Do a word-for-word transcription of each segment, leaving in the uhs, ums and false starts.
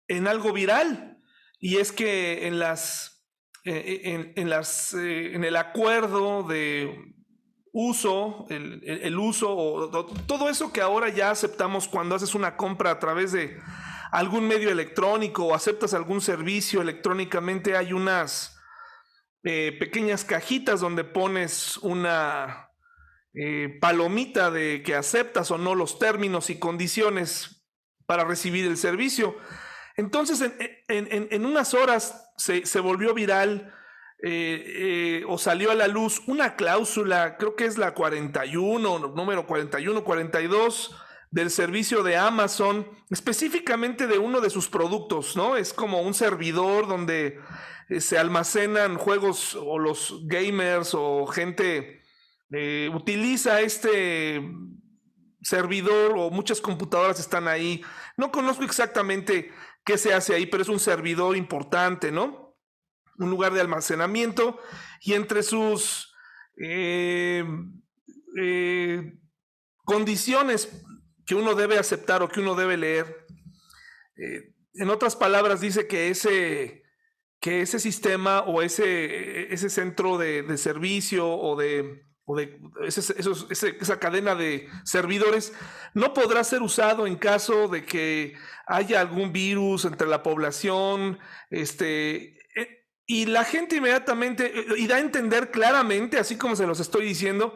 en algo viral, y es que en las eh, en, en las eh, en el acuerdo de uso, el, el, el uso o, o todo eso que ahora ya aceptamos cuando haces una compra a través de algún medio electrónico o aceptas algún servicio electrónicamente, hay unas eh, pequeñas cajitas donde pones una eh, palomita de que aceptas o no los términos y condiciones para recibir el servicio. Entonces, en, en, en unas horas se, se volvió viral eh, eh, o salió a la luz una cláusula, creo que es la cuarenta y uno, número cuarenta y uno, cuarenta y dos del servicio de Amazon, específicamente de uno de sus productos, ¿no? Es como un servidor donde eh, se almacenan juegos o los gamers o gente eh, utiliza este servidor o muchas computadoras están ahí. No conozco exactamente qué se hace ahí, pero es un servidor importante, ¿no? Un lugar de almacenamiento y entre sus eh, eh, condiciones que uno debe aceptar o que uno debe leer, eh, en otras palabras dice que ese, que ese sistema o ese, ese centro de, de servicio o de, o de ese, esos, ese, esa cadena de servidores no podrá ser usado en caso de que haya algún virus entre la población, este, eh, y la gente inmediatamente, y da a entender claramente, así como se los estoy diciendo,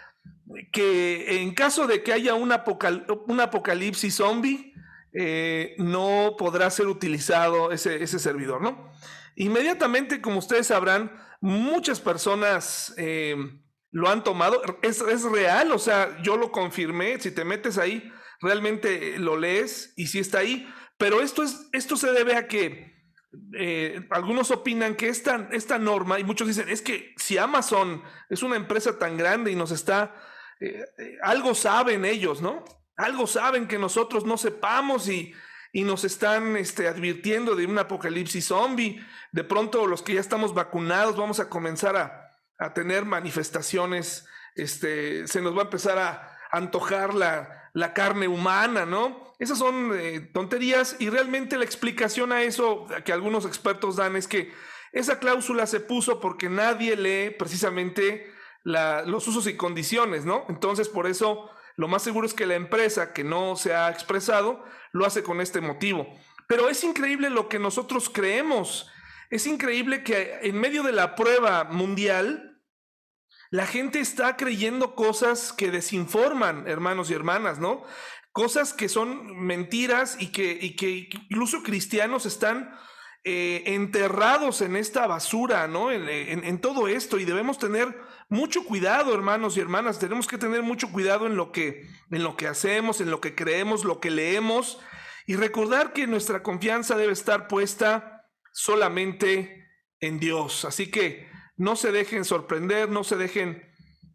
que en caso de que haya un, apocal un apocalipsis zombie, eh, no podrá ser utilizado ese, ese servidor, ¿no? Inmediatamente, como ustedes sabrán, muchas personas eh, lo han tomado. Es, es real, o sea, yo lo confirmé. Si te metes ahí, realmente lo lees y sí está ahí. Pero esto, es, esto se debe a que eh, algunos opinan que esta, esta norma, y muchos dicen, es que si Amazon es una empresa tan grande y nos está... Eh, eh, algo saben ellos, ¿no? Algo saben que nosotros no sepamos y, y nos están este, advirtiendo de un apocalipsis zombie. De pronto los que ya estamos vacunados vamos a comenzar a, a tener manifestaciones, este, se nos va a empezar a antojar la, la carne humana, ¿no? Esas son eh, tonterías y realmente la explicación a eso que algunos expertos dan es que esa cláusula se puso porque nadie lee precisamente la, los usos y condiciones, ¿no? Entonces, por eso, lo más seguro es que la empresa que no se ha expresado lo hace con este motivo. Pero es increíble lo que nosotros creemos. Es increíble que en medio de la prueba mundial, la gente está creyendo cosas que desinforman, hermanos y hermanas, ¿no? Cosas que son mentiras y que, y que incluso cristianos están eh, enterrados en esta basura, ¿no? En, en, en todo esto, y debemos tener mucho cuidado, hermanos y hermanas. Tenemos que tener mucho cuidado en lo que, en lo que hacemos, en lo que creemos, lo que leemos, y recordar que nuestra confianza debe estar puesta solamente en Dios. Así que no se dejen sorprender, no se dejen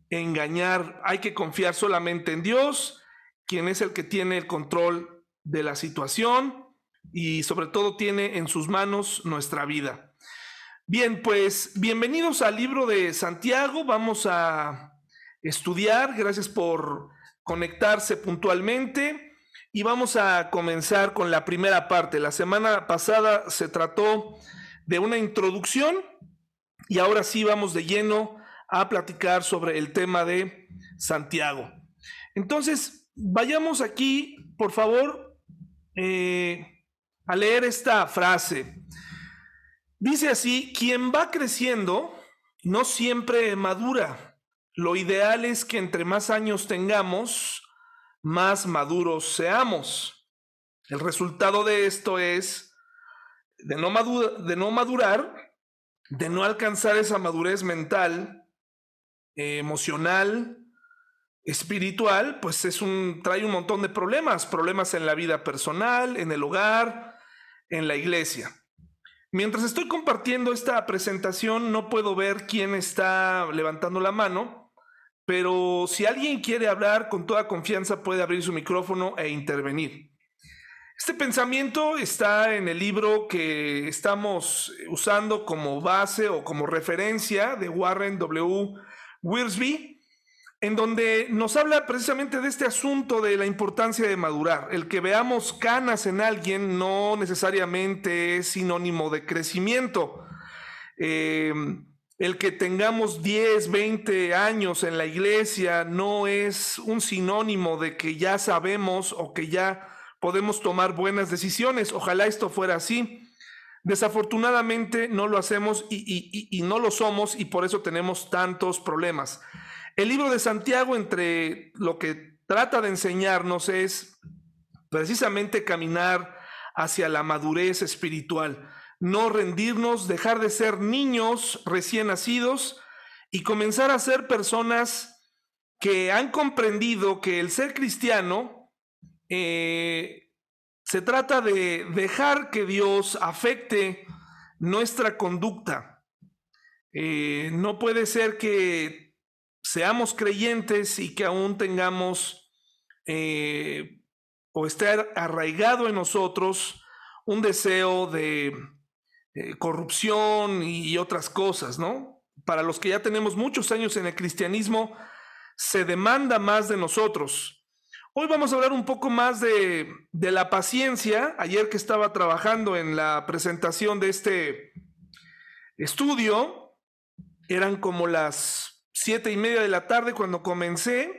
engañar. Hay que confiar solamente en Dios, quien es el que tiene el control de la situación y sobre todo tiene en sus manos nuestra vida. Bien, pues bienvenidos al libro de Santiago. Vamos a estudiar. Gracias por conectarse puntualmente y vamos a comenzar con la primera parte. La semana pasada se trató de una introducción y ahora sí vamos de lleno a platicar sobre el tema de Santiago. Entonces, vayamos aquí, por favor, eh, a leer esta frase. Dice así: quien va creciendo no siempre madura. Lo ideal es que entre más años tengamos, más maduros seamos. El resultado de esto es de no, madura, de no madurar, de no alcanzar esa madurez mental, eh, emocional, espiritual, pues es un, trae un montón de problemas, problemas en la vida personal, en el hogar, en la iglesia. Mientras estoy compartiendo esta presentación, no puedo ver quién está levantando la mano, pero si alguien quiere hablar, con toda confianza puede abrir su micrófono e intervenir. Este pensamiento está en el libro que estamos usando como base o como referencia de Warren W. Wiersbe. en donde nos habla precisamente de este asunto de la importancia de madurar. El que veamos canas en alguien no necesariamente es sinónimo de crecimiento. Eh, el que tengamos diez, veinte años en la iglesia no es un sinónimo de que ya sabemos o que ya podemos tomar buenas decisiones. Ojalá esto fuera así. Desafortunadamente no lo hacemos y, y, y no lo somos, y por eso tenemos tantos problemas. El libro de Santiago, entre lo que trata de enseñarnos, es precisamente caminar hacia la madurez espiritual. No rendirnos, dejar de ser niños recién nacidos y comenzar a ser personas que han comprendido que el ser cristiano eh, se trata de dejar que Dios afecte nuestra conducta. Eh, no puede ser que seamos creyentes y que aún tengamos eh, o esté arraigado en nosotros un deseo de Eh, corrupción y otras cosas, ¿no? Para los que ya tenemos muchos años en el cristianismo, se demanda más de nosotros. Hoy vamos a hablar un poco más de, de la paciencia. Ayer que estaba trabajando en la presentación de este estudio, eran como las siete y media de la tarde cuando comencé.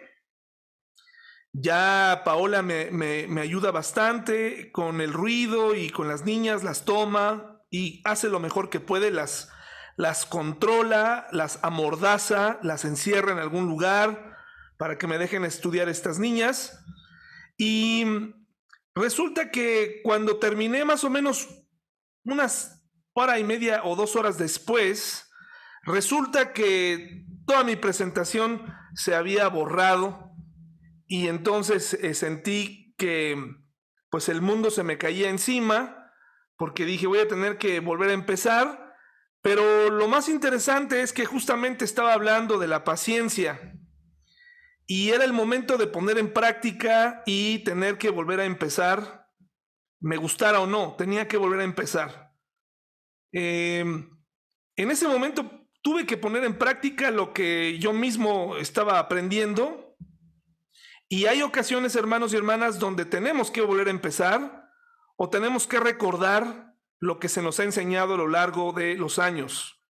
Ya Paola me, me, me ayuda bastante con el ruido y con las niñas, las toma y hace lo mejor que puede, las, las controla, las amordaza, las encierra en algún lugar para que me dejen estudiar estas niñas. Y resulta que cuando terminé más o menos unas hora y media o dos horas después, resulta que toda mi presentación se había borrado y entonces eh, sentí que pues el mundo se me caía encima, porque dije voy a tener que volver a empezar, pero lo más interesante es que justamente estaba hablando de la paciencia y era el momento de poner en práctica y tener que volver a empezar, me gustara o no, tenía que volver a empezar. Eh, en ese momento tuve que poner en práctica lo que yo mismo estaba aprendiendo y hay ocasiones, hermanos y hermanas, donde tenemos que volver a empezar o tenemos que recordar lo que se nos ha enseñado a lo largo de los años.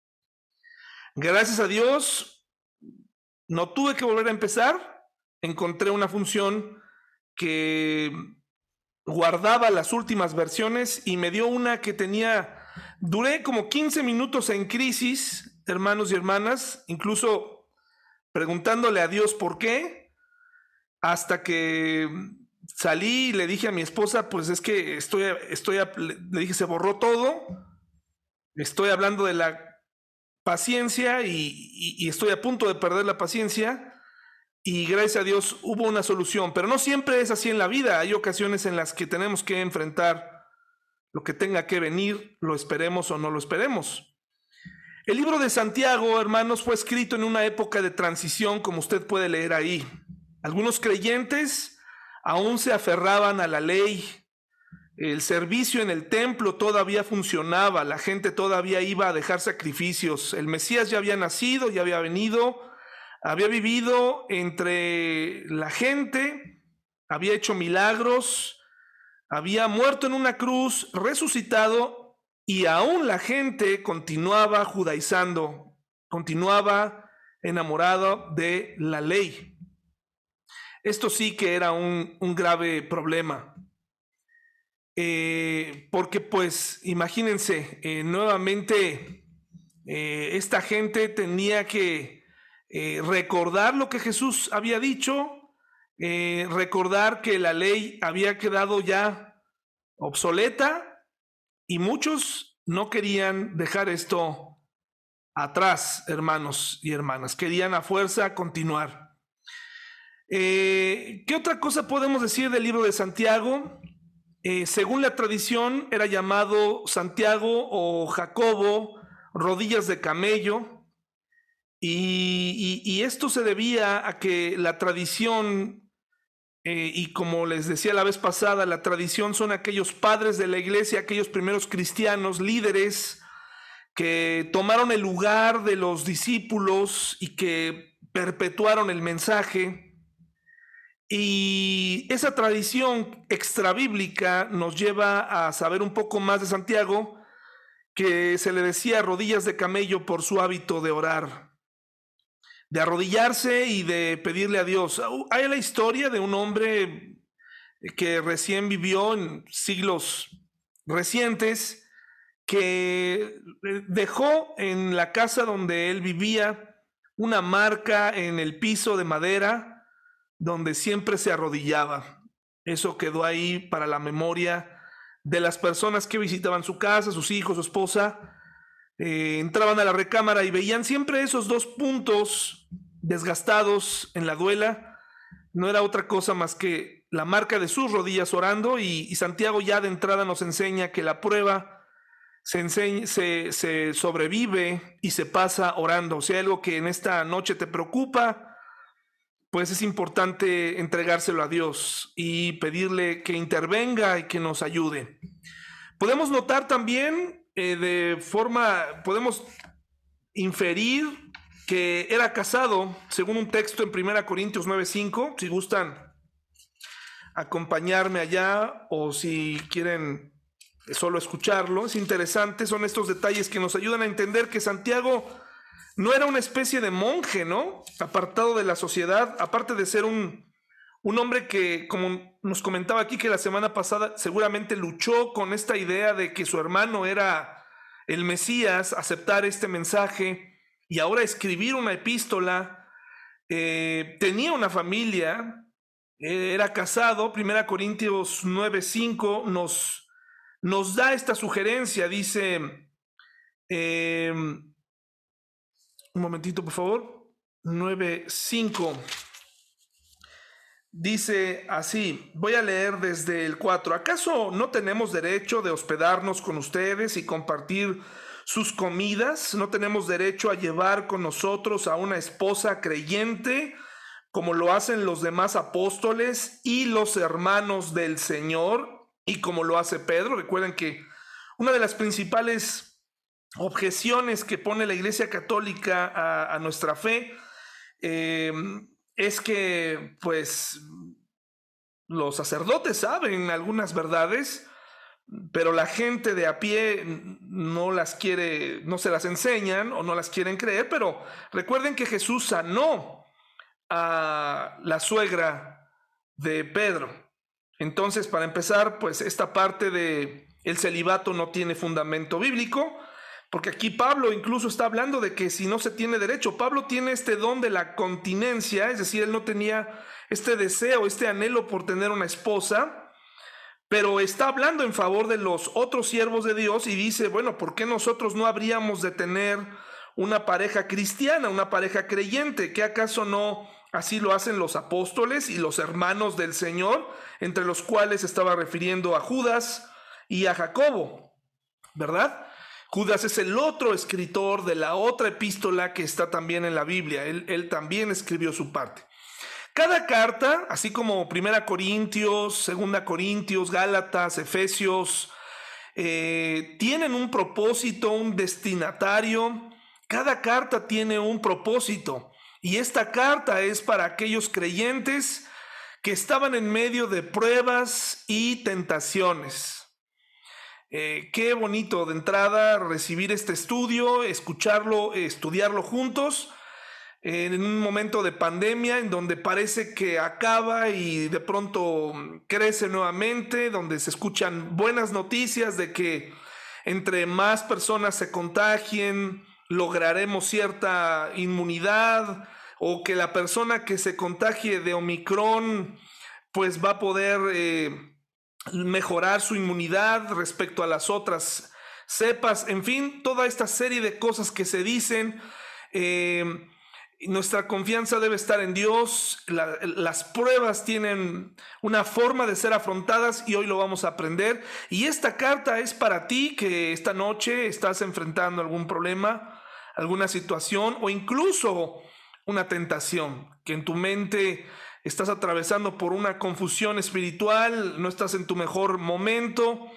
Gracias a Dios, no tuve que volver a empezar. Encontré una función que guardaba las últimas versiones y me dio una que tenía, duré como quince minutos en crisis, hermanos y hermanas, incluso preguntándole a Dios por qué, hasta que salí y le dije a mi esposa, pues es que estoy, estoy, le dije, se borró todo, estoy hablando de la paciencia y, y, y estoy a punto de perder la paciencia y gracias a Dios hubo una solución, pero no siempre es así en la vida, hay ocasiones en las que tenemos que enfrentar lo que tenga que venir, lo esperemos o no lo esperemos. El libro de Santiago, hermanos, fue escrito en una época de transición, como usted puede leer ahí. Algunos creyentes aún se aferraban a la ley, el servicio en el templo todavía funcionaba, la gente todavía iba a dejar sacrificios, el Mesías ya había nacido, ya había venido, había vivido entre la gente, había hecho milagros, había muerto en una cruz, resucitado, y aún la gente continuaba judaizando, continuaba enamorada de la ley. Esto sí que era un, un grave problema, eh, porque pues imagínense, eh, nuevamente eh, esta gente tenía que eh, recordar lo que Jesús había dicho, eh, recordar que la ley había quedado ya obsoleta y muchos no querían dejar esto atrás, hermanos y hermanas, querían a fuerza continuar. Eh, ¿Qué otra cosa podemos decir del libro de Santiago? Eh, según la tradición, era llamado Santiago o Jacobo, rodillas de camello, y, y, y esto se debía a que la tradición, eh, y como les decía la vez pasada, la tradición son aquellos padres de la iglesia, aquellos primeros cristianos, líderes, que tomaron el lugar de los discípulos y que perpetuaron el mensaje. Y esa tradición extrabíblica nos lleva a saber un poco más de Santiago, que se le decía rodillas de camello por su hábito de orar, de arrodillarse y de pedirle a Dios. Hay la historia de un hombre que recién vivió en siglos recientes, que dejó en la casa donde él vivía una marca en el piso de madera donde siempre se arrodillaba. Eso quedó ahí para la memoria de las personas que visitaban su casa, sus hijos, su esposa. Eh, entraban a la recámara y veían siempre esos dos puntos desgastados en la duela. No era otra cosa más que la marca de sus rodillas orando, y, y Santiago ya de entrada nos enseña que la prueba se, enseña, se, se sobrevive y se pasa orando. O sea, algo que en esta noche te preocupa, pues es importante entregárselo a Dios y pedirle que intervenga y que nos ayude. Podemos notar también eh, de forma, podemos inferir que era casado, según un texto en primera Corintios nueve cinco, si gustan acompañarme allá o si quieren solo escucharlo. Es interesante, son estos detalles que nos ayudan a entender que Santiago no era una especie de monje, ¿no? Apartado de la sociedad, aparte de ser un, un hombre que, como nos comentaba aquí, que la semana pasada seguramente luchó con esta idea de que su hermano era el Mesías, aceptar este mensaje y ahora escribir una epístola. Eh, tenía una familia, eh, era casado. Primera Corintios nueve cinco nos, nos da esta sugerencia, dice... Eh, Un momentito, por favor. nueve cinco. Dice así, voy a leer desde el cuatro. ¿Acaso no tenemos derecho de hospedarnos con ustedes y compartir sus comidas? ¿No tenemos derecho a llevar con nosotros a una esposa creyente, como lo hacen los demás apóstoles y los hermanos del Señor, y como lo hace Pedro? Recuerden que una de las principales objeciones que pone la Iglesia Católica a, a nuestra fe eh, es que pues los sacerdotes saben algunas verdades, pero la gente de a pie no las quiere, no se las enseñan o no las quieren creer. Pero recuerden que Jesús sanó a la suegra de Pedro. Entonces, para empezar, pues esta parte de el celibato no tiene fundamento bíblico, porque aquí Pablo incluso está hablando de que si no se tiene derecho. Pablo tiene este don de la continencia, es decir, él no tenía este deseo, este anhelo por tener una esposa, pero está hablando en favor de los otros siervos de Dios y dice, bueno, ¿por qué nosotros no habríamos de tener una pareja cristiana, una pareja creyente? ¿Qué acaso no así lo hacen los apóstoles y los hermanos del Señor, entre los cuales estaba refiriendo a Judas y a Jacobo, ¿verdad? Judas es el otro escritor de la otra epístola que está también en la Biblia. Él, él también escribió su parte. Cada carta, así como Primera Corintios, Segunda Corintios, Gálatas, Efesios, eh, tienen un propósito, un destinatario. Cada carta tiene un propósito. Y esta carta es para aquellos creyentes que estaban en medio de pruebas y tentaciones. Eh, qué bonito de entrada recibir este estudio, escucharlo, estudiarlo juntos eh, en un momento de pandemia en donde parece que acaba y de pronto crece nuevamente, donde se escuchan buenas noticias de que entre más personas se contagien, lograremos cierta inmunidad, o que la persona que se contagie de Omicron pues va a poder eh, mejorar su inmunidad respecto a las otras cepas. En fin, toda esta serie de cosas que se dicen. Eh, nuestra confianza debe estar en Dios. La, las pruebas tienen una forma de ser afrontadas y hoy lo vamos a aprender. Y esta carta es para ti que esta noche estás enfrentando algún problema, alguna situación o incluso una tentación, que en tu mente estás atravesando por una confusión espiritual, no estás en tu mejor momento,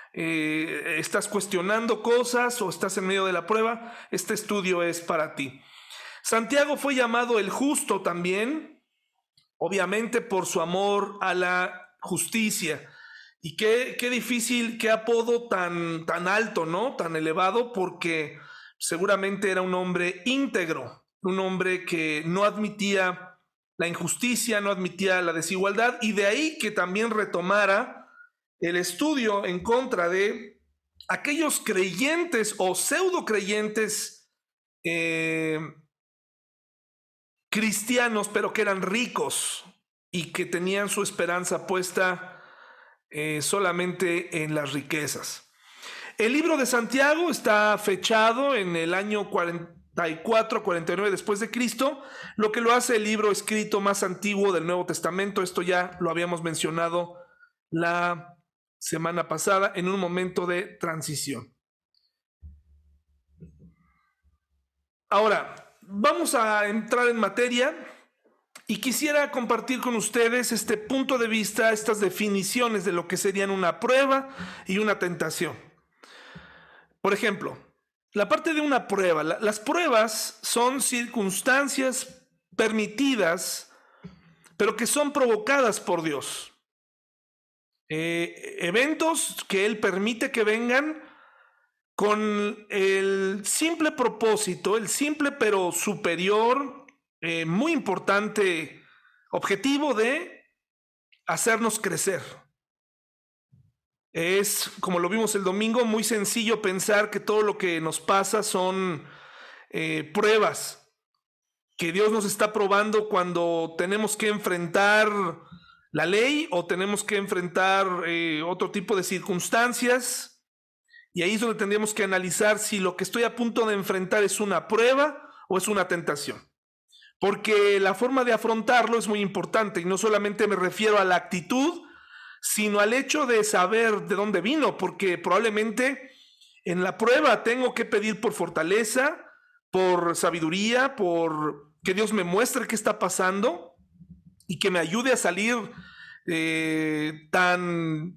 eh, estás cuestionando cosas o estás en medio de la prueba. Este estudio es para ti. Santiago fue llamado el justo también, obviamente por su amor a la justicia. Y qué, qué difícil, qué apodo tan, tan alto, ¿no? Tan elevado, porque seguramente era un hombre íntegro, un hombre que no admitía la injusticia, no admitía la desigualdad, y de ahí que también retomara el estudio en contra de aquellos creyentes o pseudo creyentes eh, cristianos, pero que eran ricos y que tenían su esperanza puesta Eh, solamente en las riquezas. El libro de Santiago está fechado en el año cuarenta y cuatro, cuarenta y nueve después de Cristo, lo que lo hace el libro escrito más antiguo del Nuevo Testamento. Esto ya lo habíamos mencionado la semana pasada en un momento de transición. Ahora, vamos a entrar en materia. Y quisiera compartir con ustedes este punto de vista, estas definiciones de lo que serían una prueba y una tentación. Por ejemplo, la parte de una prueba. La, las pruebas son circunstancias permitidas, pero que son provocadas por Dios. Eh, eventos que Él permite que vengan con el simple propósito, el simple pero superior, Eh, muy importante objetivo de hacernos crecer. Es, como lo vimos el domingo, muy sencillo pensar que todo lo que nos pasa son eh, pruebas, que Dios nos está probando cuando tenemos que enfrentar la ley o tenemos que enfrentar eh, otro tipo de circunstancias, y ahí es donde tendríamos que analizar si lo que estoy a punto de enfrentar es una prueba o es una tentación. Porque la forma de afrontarlo es muy importante y no solamente me refiero a la actitud, sino al hecho de saber de dónde vino, porque probablemente en la prueba tengo que pedir por fortaleza, por sabiduría, por que Dios me muestre qué está pasando y que me ayude a salir eh, tan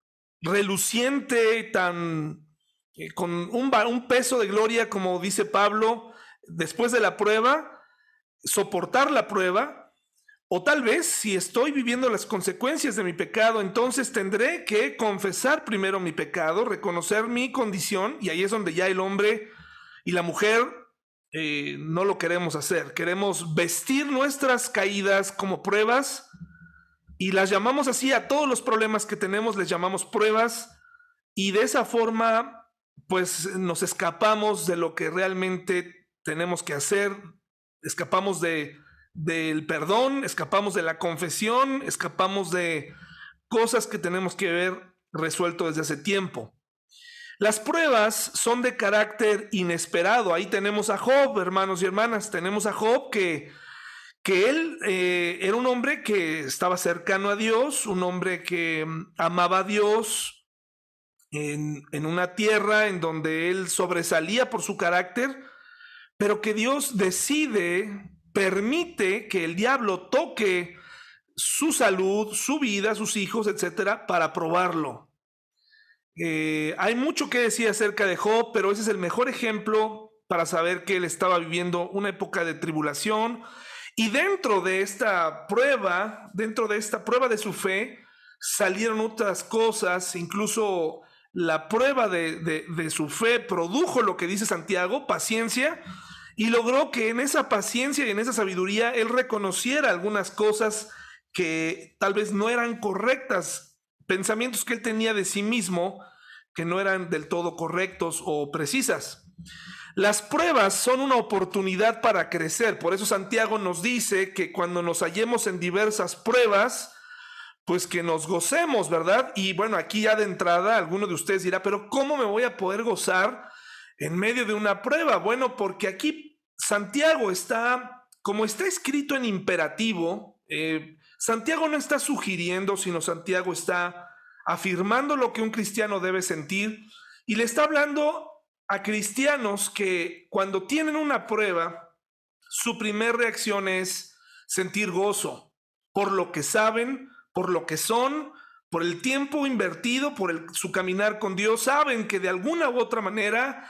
reluciente, tan eh, con un, un peso de gloria, como dice Pablo, después de la prueba, soportar la prueba, o tal vez si estoy viviendo las consecuencias de mi pecado, entonces tendré que confesar primero mi pecado, reconocer mi condición, y ahí es donde ya el hombre y la mujer eh, no lo queremos hacer. Queremos vestir nuestras caídas como pruebas y las llamamos así a todos los problemas que tenemos, les llamamos pruebas, y de esa forma pues nos escapamos de lo que realmente tenemos que hacer. Escapamos de, del perdón, escapamos de la confesión, escapamos de cosas que tenemos que ver resuelto desde hace tiempo. Las pruebas son de carácter inesperado. Ahí tenemos a Job, hermanos y hermanas. Tenemos a Job que, que él eh, era un hombre que estaba cercano a Dios, un hombre que amaba a Dios en, en una tierra en donde él sobresalía por su carácter, pero que Dios decide, permite que el diablo toque su salud, su vida, sus hijos, etcétera, para probarlo. Eh, hay mucho que decir acerca de Job, pero ese es el mejor ejemplo para saber que él estaba viviendo una época de tribulación, y dentro de esta prueba, dentro de esta prueba de su fe, salieron otras cosas. Incluso la prueba de, de, de su fe produjo lo que dice Santiago, paciencia, y logró que en esa paciencia y en esa sabiduría él reconociera algunas cosas que tal vez no eran correctas, pensamientos que él tenía de sí mismo que no eran del todo correctos o precisas. Las pruebas son una oportunidad para crecer. Por eso Santiago nos dice que cuando nos hallemos en diversas pruebas, pues que nos gocemos, ¿verdad? Y bueno, aquí ya de entrada alguno de ustedes dirá, pero ¿cómo me voy a poder gozar en medio de una prueba? Bueno, porque aquí Santiago está, como está escrito en imperativo, eh, Santiago no está sugiriendo, sino Santiago está afirmando lo que un cristiano debe sentir, y le está hablando a cristianos que cuando tienen una prueba, su primera reacción es sentir gozo por lo que saben, por lo que son, por el tiempo invertido, por el, su caminar con Dios. Saben que de alguna u otra manera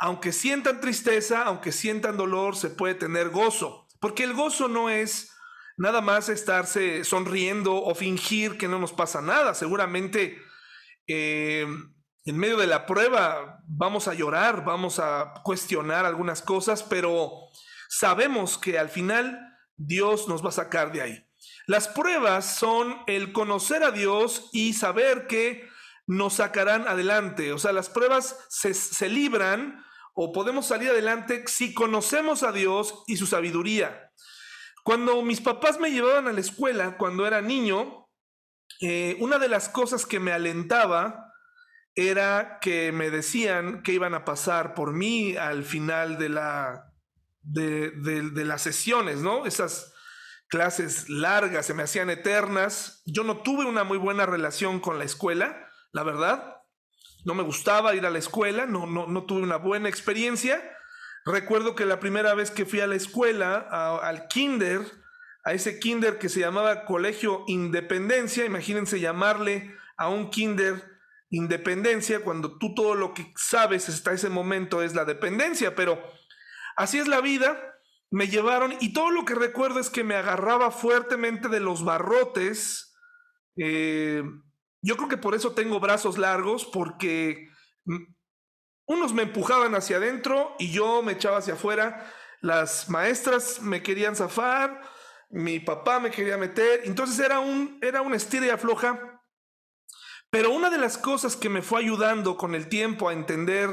aunque sientan tristeza, aunque sientan dolor, se puede tener gozo. Porque el gozo no es nada más estarse sonriendo o fingir que no nos pasa nada. Seguramente eh, en medio de la prueba vamos a llorar, vamos a cuestionar algunas cosas, pero sabemos que al final Dios nos va a sacar de ahí. Las pruebas son el conocer a Dios y saber que nos sacarán adelante. O sea, las pruebas se, se libran o podemos salir adelante si conocemos a Dios y su sabiduría. Cuando mis papás me llevaban a la escuela, cuando era niño, eh, una de las cosas que me alentaba era que me decían que iban a pasar por mí al final de, la, de, de, de las sesiones, ¿no? Esas clases largas se me hacían eternas. Yo no tuve una muy buena relación con la escuela, la verdad. No me gustaba ir a la escuela, no, no, no tuve una buena experiencia. Recuerdo que la primera vez que fui a la escuela, a, al kinder, a ese kinder que se llamaba Colegio Independencia, imagínense llamarle a un kinder Independencia cuando tú todo lo que sabes hasta ese momento es la dependencia, pero así es la vida. Me llevaron y todo lo que recuerdo es que me agarraba fuertemente de los barrotes. Eh, yo creo que por eso tengo brazos largos, porque unos me empujaban hacia adentro y yo me echaba hacia afuera. Las maestras me querían zafar, mi papá me quería meter. Entonces era un, era un estira y afloja. Pero una de las cosas que me fue ayudando con el tiempo a entender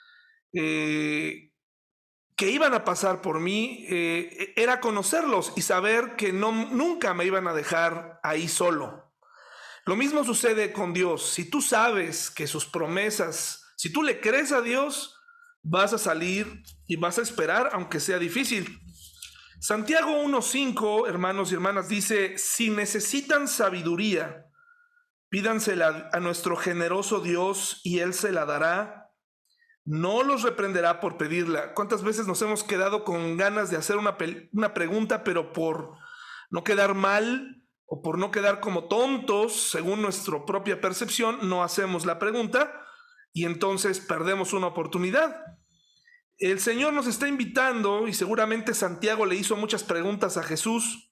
eh, que iban a pasar por mí eh, era conocerlos y saber que no, nunca me iban a dejar ahí solo. Lo mismo sucede con Dios. Si tú sabes que sus promesas, si tú le crees a Dios, vas a salir y vas a esperar, aunque sea difícil. Santiago uno cinco, hermanos y hermanas, dice: si necesitan sabiduría, pídansela a nuestro generoso Dios y Él se la dará. No los reprenderá por pedirla. ¿Cuántas veces nos hemos quedado con ganas de hacer una, una pregunta, pero por no quedar mal o por no quedar como tontos, según nuestra propia percepción, no hacemos la pregunta y entonces perdemos una oportunidad? El Señor nos está invitando, y seguramente Santiago le hizo muchas preguntas a Jesús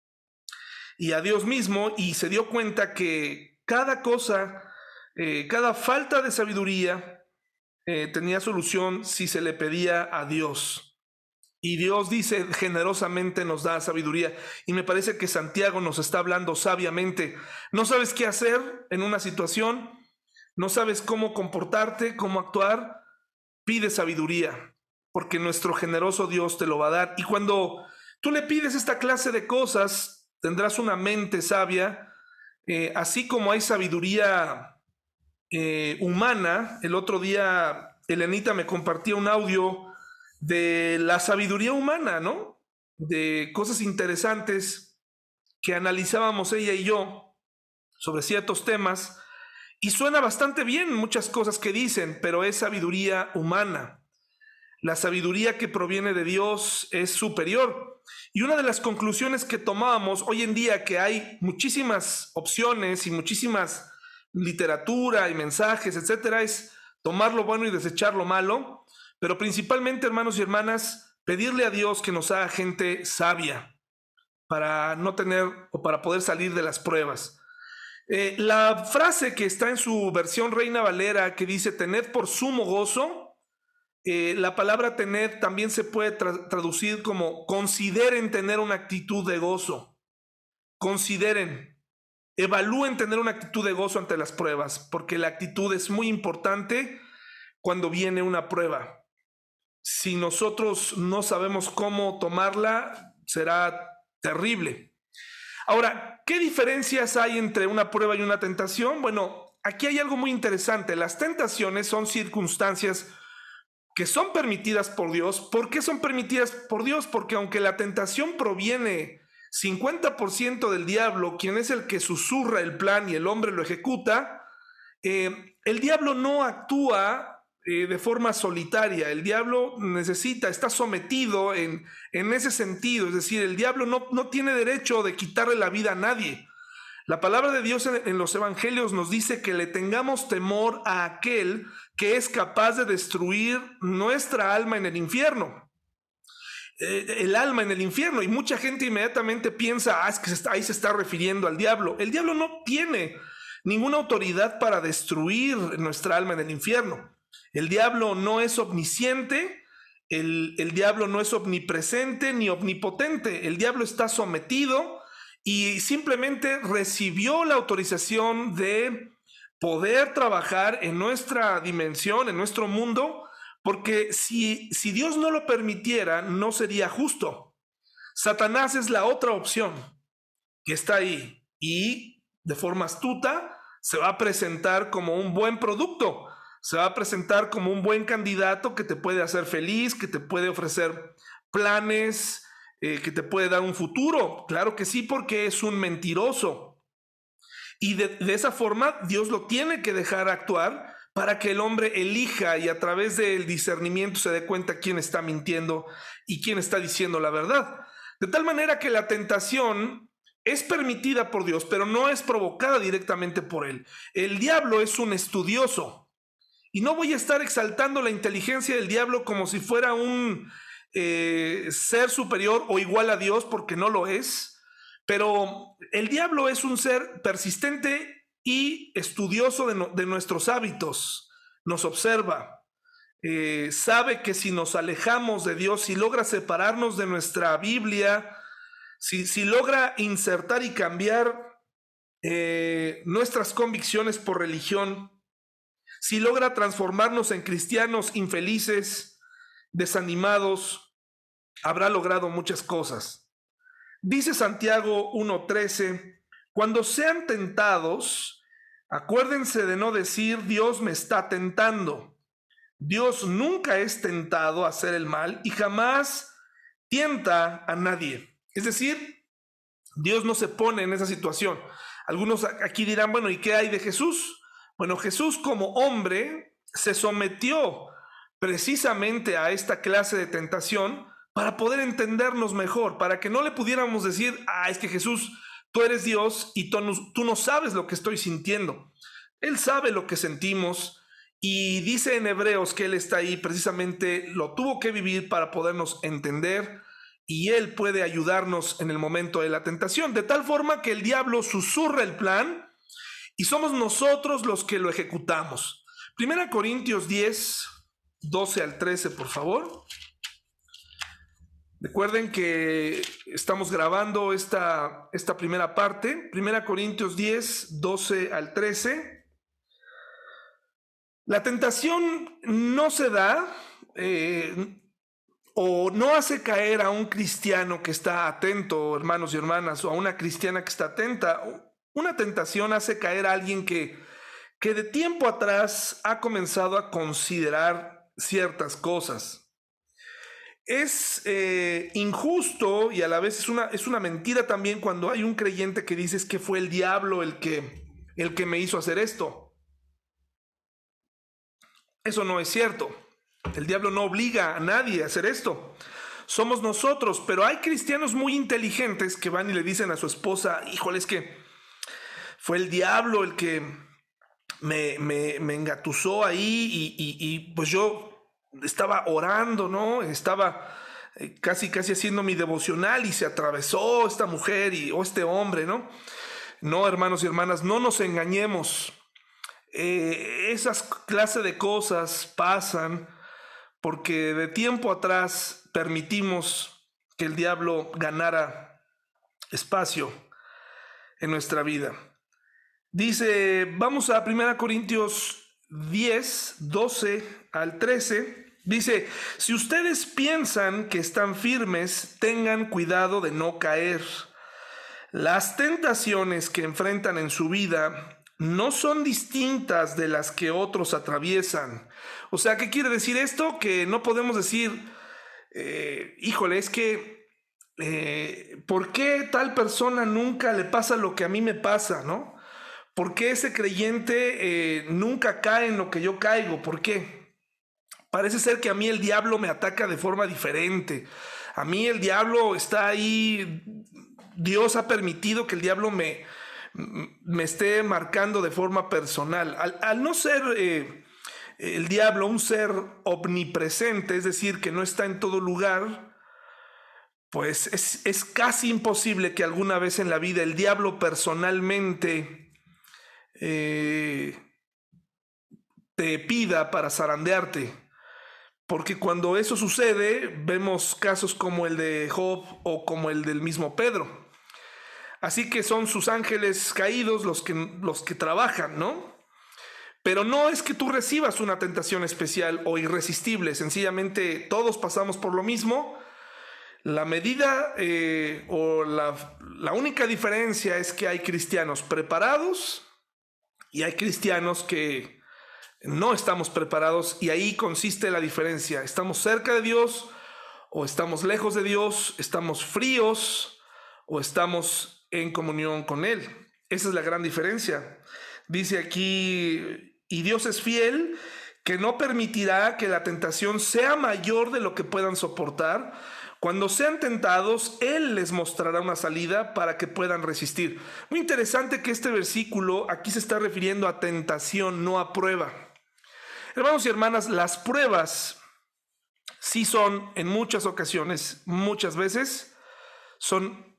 y a Dios mismo, y se dio cuenta que cada cosa, eh, cada falta de sabiduría eh, tenía solución si se le pedía a Dios. Y Dios dice, generosamente nos da sabiduría. Y me parece que Santiago nos está hablando sabiamente. No sabes qué hacer en una situación, no sabes cómo comportarte, cómo actuar, pide sabiduría, porque nuestro generoso Dios te lo va a dar. Y cuando tú le pides esta clase de cosas, tendrás una mente sabia. Eh, así como hay sabiduría eh, humana. El otro día Elenita me compartía un audio de la sabiduría humana, ¿no? De cosas interesantes que analizábamos ella y yo sobre ciertos temas, y suena bastante bien muchas cosas que dicen, pero es sabiduría humana. La sabiduría que proviene de Dios es superior. Y una de las conclusiones que tomábamos hoy en día, que hay muchísimas opciones y muchísimas literatura y mensajes, etcétera, es tomar lo bueno y desechar lo malo, pero principalmente, hermanos y hermanas, pedirle a Dios que nos haga gente sabia para no tener o para poder salir de las pruebas. Eh, la frase que está en su versión Reina Valera, que dice tened por sumo gozo, Eh, la palabra tener también se puede tra traducir como consideren tener una actitud de gozo. Consideren, evalúen tener una actitud de gozo ante las pruebas, porque la actitud es muy importante cuando viene una prueba. Si nosotros no sabemos cómo tomarla, será terrible. Ahora, ¿qué diferencias hay entre una prueba y una tentación? Bueno, aquí hay algo muy interesante. Las tentaciones son circunstancias que son permitidas por Dios. ¿Por qué son permitidas por Dios? Porque aunque la tentación proviene cincuenta por ciento del diablo, quien es el que susurra el plan y el hombre lo ejecuta, eh, el diablo no actúa eh, de forma solitaria. El diablo necesita, está sometido en, en ese sentido. Es decir, el diablo no, no tiene derecho de quitarle la vida a nadie. La palabra de Dios en, en los evangelios nos dice que le tengamos temor a aquel que es capaz de destruir nuestra alma en el infierno. Eh, el alma en el infierno. Y mucha gente inmediatamente piensa, ah, es que se está, ahí se está refiriendo al diablo. El diablo no tiene ninguna autoridad para destruir nuestra alma en el infierno. El diablo no es omnisciente, el, el diablo no es omnipresente ni omnipotente. El diablo está sometido y simplemente recibió la autorización de poder trabajar en nuestra dimensión, en nuestro mundo, porque si, si Dios no lo permitiera, no sería justo. Satanás es la otra opción que está ahí y de forma astuta se va a presentar como un buen producto, se va a presentar como un buen candidato que te puede hacer feliz, que te puede ofrecer planes, eh, que te puede dar un futuro. Claro que sí, porque es un mentiroso. Y de, de esa forma Dios lo tiene que dejar actuar para que el hombre elija y a través del discernimiento se dé cuenta quién está mintiendo y quién está diciendo la verdad. De tal manera que la tentación es permitida por Dios, pero no es provocada directamente por él. El diablo es un estudioso. Y no voy a estar exaltando la inteligencia del diablo como si fuera un eh, ser superior o igual a Dios, porque no lo es. Pero el diablo es un ser persistente y estudioso de, no, de nuestros hábitos. Nos observa. Eh, sabe que si nos alejamos de Dios, si logra separarnos de nuestra Biblia, Si, si logra insertar y cambiar eh, nuestras convicciones por religión, si logra transformarnos en cristianos infelices, desanimados, habrá logrado muchas cosas. Dice Santiago uno trece, cuando sean tentados, acuérdense de no decir Dios me está tentando. Dios nunca es tentado a hacer el mal y jamás tienta a nadie. Es decir, Dios no se pone en esa situación. Algunos aquí dirán, bueno, ¿y qué hay de Jesús? Bueno, Jesús como hombre se sometió precisamente a esta clase de tentación para poder entendernos mejor, para que no le pudiéramos decir, ah, es que Jesús, tú eres Dios y tú no, tú no sabes lo que estoy sintiendo. Él sabe lo que sentimos y dice en Hebreos que Él está ahí, precisamente lo tuvo que vivir para podernos entender. Y Él puede ayudarnos en el momento de la tentación, de tal forma que el diablo susurra el plan y somos nosotros los que lo ejecutamos. Primera Corintios diez, doce al trece, por favor. Recuerden que estamos grabando esta, esta primera parte. Primera Corintios diez, doce al trece. La tentación no se da... Eh, o no hace caer a un cristiano que está atento, hermanos y hermanas, o a una cristiana que está atenta. Una tentación hace caer a alguien que, que de tiempo atrás ha comenzado a considerar ciertas cosas. Es eh, injusto y a la vez es una, es una mentira también cuando hay un creyente que dice que fue el diablo el que, el que me hizo hacer esto. Eso no es cierto. El diablo no obliga a nadie a hacer esto. Somos nosotros, pero hay cristianos muy inteligentes que van y le dicen a su esposa, híjole, es que fue el diablo el que me, me, me engatusó ahí y, y, y pues yo estaba orando, ¿no? Estaba casi, casi haciendo mi devocional y se atravesó esta mujer y, o este hombre, ¿no? No, hermanos y hermanas, no nos engañemos. Eh, esas clases de cosas pasan porque de tiempo atrás permitimos que el diablo ganara espacio en nuestra vida. Dice, vamos a primera Corintios diez, doce al trece. Dice, si ustedes piensan que están firmes, tengan cuidado de no caer. Las tentaciones que enfrentan en su vida no son distintas de las que otros atraviesan. O sea, ¿qué quiere decir esto? Que no podemos decir, eh, híjole, es que, eh, ¿por qué tal persona nunca le pasa lo que a mí me pasa, no? ¿Por qué ese creyente eh, nunca cae en lo que yo caigo? ¿Por qué? Parece ser que a mí el diablo me ataca de forma diferente. A mí el diablo está ahí, Dios ha permitido que el diablo me... me esté marcando de forma personal. Al, al no ser eh, el diablo un ser omnipresente, es decir, que no está en todo lugar, pues es, es casi imposible que alguna vez en la vida el diablo personalmente eh, te pida para zarandearte. Porque cuando eso sucede, vemos casos como el de Job o como el del mismo Pedro. Así que son sus ángeles caídos los que, los que trabajan, ¿no? Pero no es que tú recibas una tentación especial o irresistible, sencillamente todos pasamos por lo mismo. La medida eh, o la, la única diferencia es que hay cristianos preparados y hay cristianos que no estamos preparados, y ahí consiste la diferencia. ¿Estamos cerca de Dios o estamos lejos de Dios? ¿Estamos fríos o estamos en comunión con Él? Esa es la gran diferencia. Dice aquí, y Dios es fiel, que no permitirá que la tentación sea mayor de lo que puedan soportar. Cuando sean tentados, Él les mostrará una salida para que puedan resistir. Muy interesante que este versículo aquí se está refiriendo a tentación, no a prueba. Hermanos y hermanas, las pruebas sí son en muchas ocasiones, muchas veces, son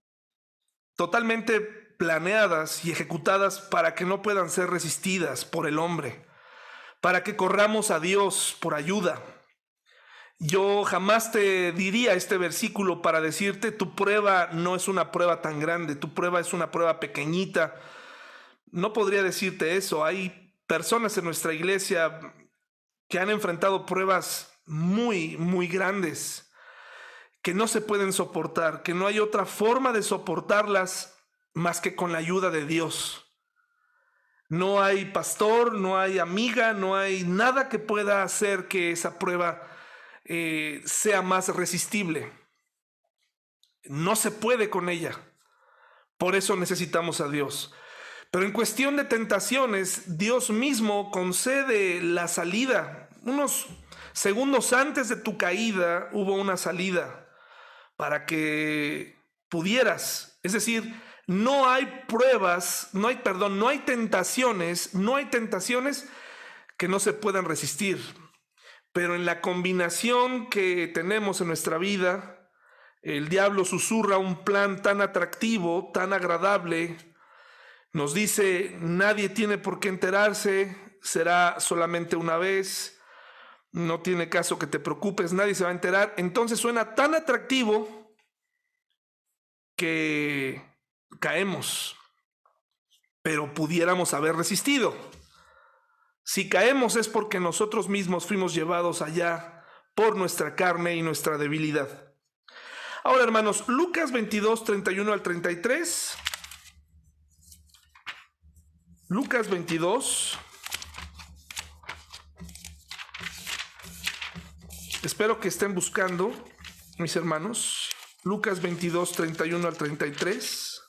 totalmente planeadas y ejecutadas para que no puedan ser resistidas por el hombre, para que corramos a Dios por ayuda. Yo jamás te diría este versículo para decirte tu prueba no es una prueba tan grande, tu prueba es una prueba pequeñita. No podría decirte eso. Hay personas en nuestra iglesia que han enfrentado pruebas muy, muy grandes, que no se pueden soportar, que no hay otra forma de soportarlas más que con la ayuda de Dios. No hay pastor, no hay amiga, no hay nada que pueda hacer que esa prueba eh, sea más resistible. No se puede con ella. Por eso necesitamos a Dios. Pero en cuestión de tentaciones, Dios mismo concede la salida. Unos segundos antes de tu caída hubo una salida para que pudieras. Es decir, no hay pruebas, no hay, perdón, no hay tentaciones, no hay tentaciones que no se puedan resistir. Pero en la combinación que tenemos en nuestra vida, el diablo susurra un plan tan atractivo, tan agradable. Nos dice, nadie tiene por qué enterarse, será solamente una vez, no tiene caso que te preocupes, nadie se va a enterar. Entonces suena tan atractivo que caemos, pero pudiéramos haber resistido. Si caemos es porque nosotros mismos fuimos llevados allá por nuestra carne y nuestra debilidad. Ahora, hermanos, Lucas veintidós, treinta y uno al treinta y tres... Lucas veintidós. Espero que estén buscando, mis hermanos. Lucas veintidós, treinta y uno al treinta y tres.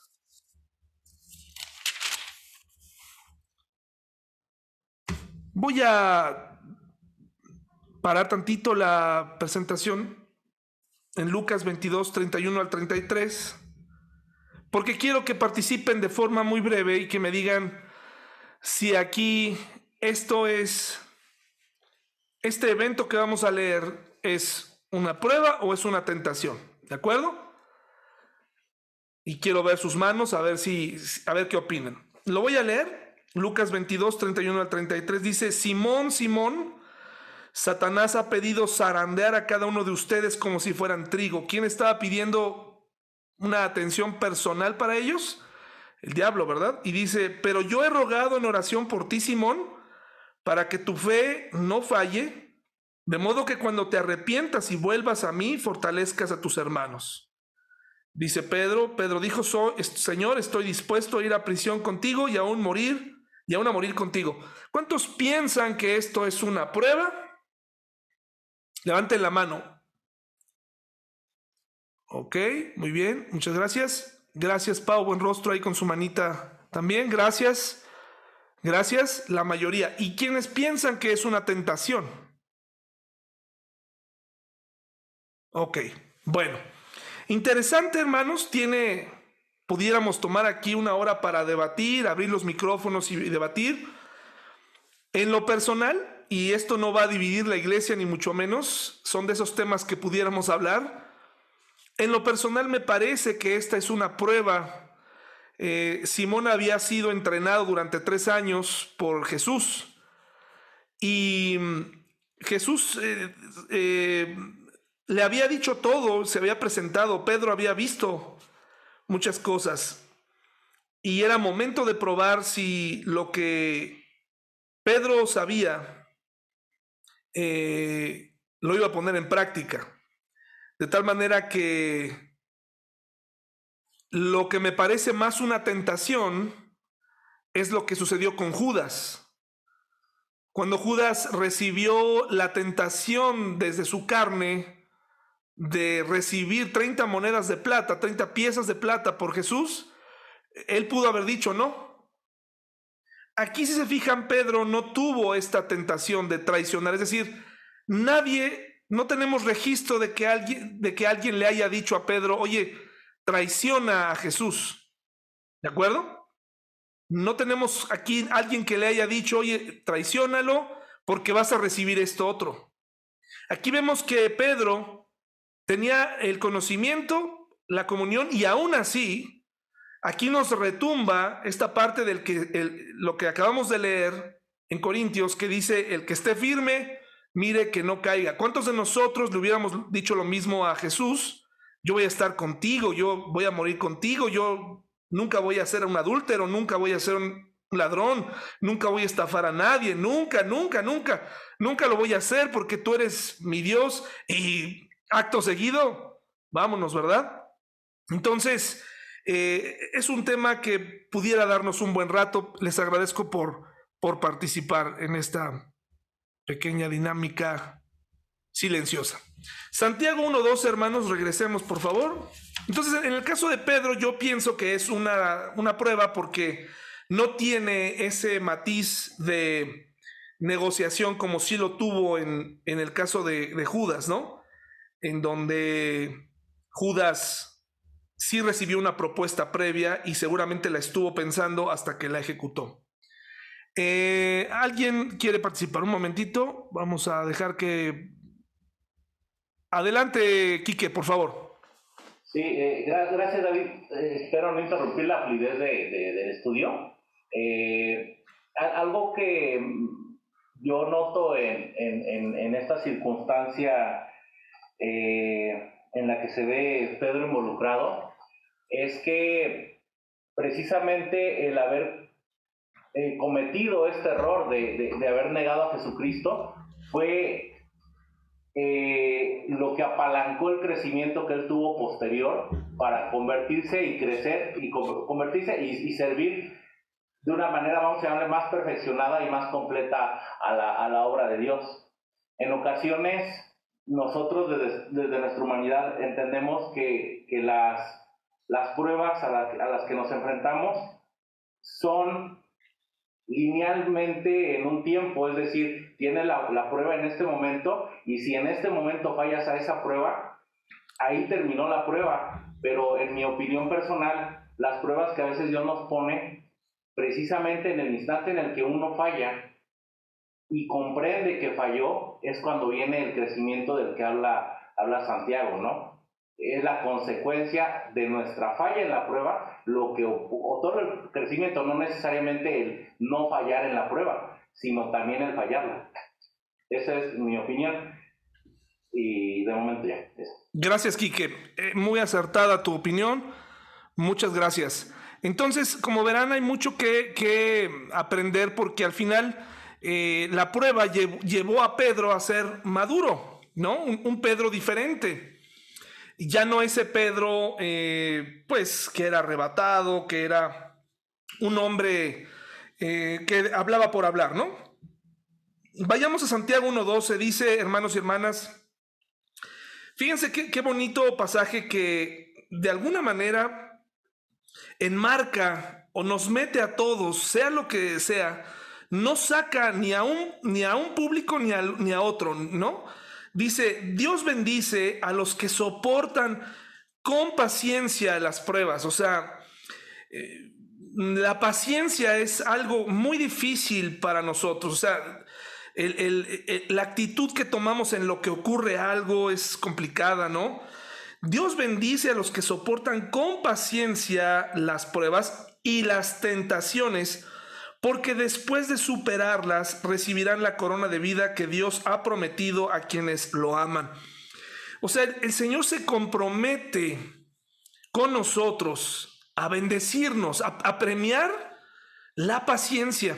Voy a parar tantito la presentación en Lucas veintidós, treinta y uno al treinta y tres, porque quiero que participen de forma muy breve y que me digan si aquí esto es, este evento que vamos a leer es una prueba o es una tentación, ¿de acuerdo? Y quiero ver sus manos, a ver si, a ver qué opinan. Lo voy a leer. Lucas veintidós, treinta y uno al treinta y tres dice: Simón, Simón, Satanás ha pedido zarandear a cada uno de ustedes como si fueran trigo. ¿Quién estaba pidiendo una atención personal para ellos? El diablo, ¿verdad? Y dice, pero yo he rogado en oración por ti, Simón, para que tu fe no falle, de modo que cuando te arrepientas y vuelvas a mí, fortalezcas a tus hermanos. Dice Pedro, Pedro dijo, so, Señor, estoy dispuesto a ir a prisión contigo y aún morir, y aún a morir contigo. ¿Cuántos piensan que esto es una prueba? Levanten la mano. Ok, muy bien, muchas gracias. Gracias, Pau, buen rostro ahí con su manita también, gracias. Gracias, la mayoría. ¿Y quiénes piensan que es una tentación? Ok, bueno. Interesante, hermanos, tiene pudiéramos tomar aquí una hora para debatir, abrir los micrófonos y debatir. En lo personal, y esto no va a dividir la iglesia ni mucho menos, son de esos temas que pudiéramos hablar. En lo personal me parece que esta es una prueba. Eh, Simón había sido entrenado durante tres años por Jesús y Jesús eh, eh, le había dicho todo, se había presentado, Pedro había visto muchas cosas y era momento de probar si lo que Pedro sabía eh, lo iba a poner en práctica, de tal manera que lo que me parece más una tentación es lo que sucedió con Judas. Cuando Judas recibió la tentación desde su carne de recibir treinta monedas de plata, treinta piezas de plata por Jesús, él pudo haber dicho no. Aquí, si se fijan, Pedro no tuvo esta tentación de traicionar, es decir, nadie, no tenemos registro de que alguien, de que alguien le haya dicho a Pedro, oye, traiciona a Jesús, ¿de acuerdo? No tenemos aquí alguien que le haya dicho, oye, traiciónalo porque vas a recibir esto otro. Aquí vemos que Pedro tenía el conocimiento, la comunión, y aún así, aquí nos retumba esta parte del que el, lo que acabamos de leer en Corintios, que dice, el que esté firme, mire que no caiga. ¿Cuántos de nosotros le hubiéramos dicho lo mismo a Jesús? Yo voy a estar contigo, yo voy a morir contigo, yo nunca voy a ser un adúltero, nunca voy a ser un ladrón, nunca voy a estafar a nadie, nunca, nunca, nunca, nunca lo voy a hacer porque tú eres mi Dios y acto seguido, vámonos, ¿verdad? Entonces, eh, es un tema que pudiera darnos un buen rato. Les agradezco por, por participar en esta pequeña dinámica silenciosa. Santiago uno dos, hermanos, regresemos por favor. Entonces, en el caso de Pedro, yo pienso que es una, una prueba porque no tiene ese matiz de negociación como sí lo tuvo en, en el caso de, de Judas, ¿no? En donde Judas sí recibió una propuesta previa y seguramente la estuvo pensando hasta que la ejecutó. Eh, ¿Alguien quiere participar? Un momentito, vamos a dejar que... Adelante, Quique, por favor. Sí, eh, gracias, David. Eh, espero no interrumpir la fluidez de, de, del estudio. Eh, algo que yo noto en, en, en esta circunstancia eh, en la que se ve Pedro involucrado es que precisamente el haber eh, cometido este error de, de, de haber negado a Jesucristo fue eh, lo que apalancó el crecimiento que él tuvo posterior para convertirse y crecer y convertirse y, y servir de una manera, vamos a llamarle, más perfeccionada y más completa a la, a la obra de Dios. En ocasiones nosotros desde, desde nuestra humanidad entendemos que, que las, las pruebas a, la, a las que nos enfrentamos son linealmente en un tiempo, es decir, tienes la, la prueba en este momento y si en este momento fallas a esa prueba, ahí terminó la prueba. Pero en mi opinión personal, las pruebas que a veces Dios nos pone, precisamente en el instante en el que uno falla y comprende que falló, es cuando viene el crecimiento del que habla, habla Santiago, ¿no? Es la consecuencia de nuestra falla en la prueba lo que otorga el crecimiento, no necesariamente el no fallar en la prueba, sino también el fallarla. Esa es mi opinión y de momento ya. Eso. Gracias, Quique. Eh, muy acertada tu opinión. Muchas gracias. Entonces, como verán, hay mucho que, que aprender porque al final eh, la prueba llevó, llevó a Pedro a ser maduro, ¿no? Un, un Pedro diferente. Ya no ese Pedro, eh, pues, que era arrebatado, que era un hombre eh, que hablaba por hablar, ¿no? Vayamos a Santiago uno doce, dice, hermanos y hermanas, fíjense qué, qué bonito pasaje que de alguna manera enmarca o nos mete a todos, sea lo que sea, no saca ni a un, ni a un público ni a, ni a otro, ¿no? Dice, Dios bendice a los que soportan con paciencia las pruebas. O sea, eh, la paciencia es algo muy difícil para nosotros. O sea, el, el, el, la actitud que tomamos en lo que ocurre algo es complicada, ¿no? Dios bendice a los que soportan con paciencia las pruebas y las tentaciones, porque después de superarlas recibirán la corona de vida que Dios ha prometido a quienes lo aman. O sea, el Señor se compromete con nosotros a bendecirnos, a, a premiar la paciencia.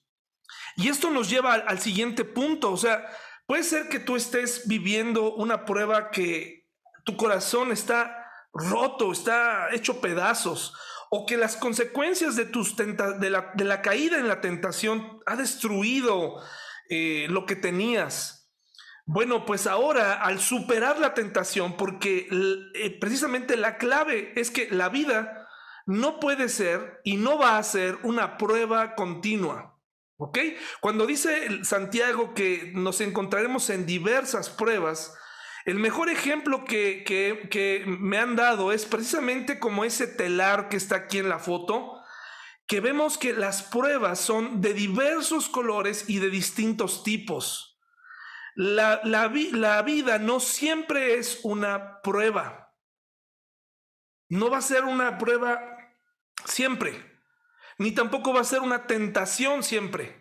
Y esto nos lleva al, al siguiente punto. O sea, puede ser que tú estés viviendo una prueba que tu corazón está roto, está hecho pedazos, o que las consecuencias de, tus tenta de, la, de la caída en la tentación ha destruido eh, lo que tenías. Bueno, pues ahora al superar la tentación, porque eh, precisamente la clave es que la vida no puede ser y no va a ser una prueba continua, ¿ok? Cuando dice Santiago que nos encontraremos en diversas pruebas, el mejor ejemplo que, que, que me han dado es precisamente como ese telar que está aquí en la foto, que vemos que las pruebas son de diversos colores y de distintos tipos. La, la, la vida no siempre es una prueba. No va a ser una prueba siempre, ni tampoco va a ser una tentación siempre.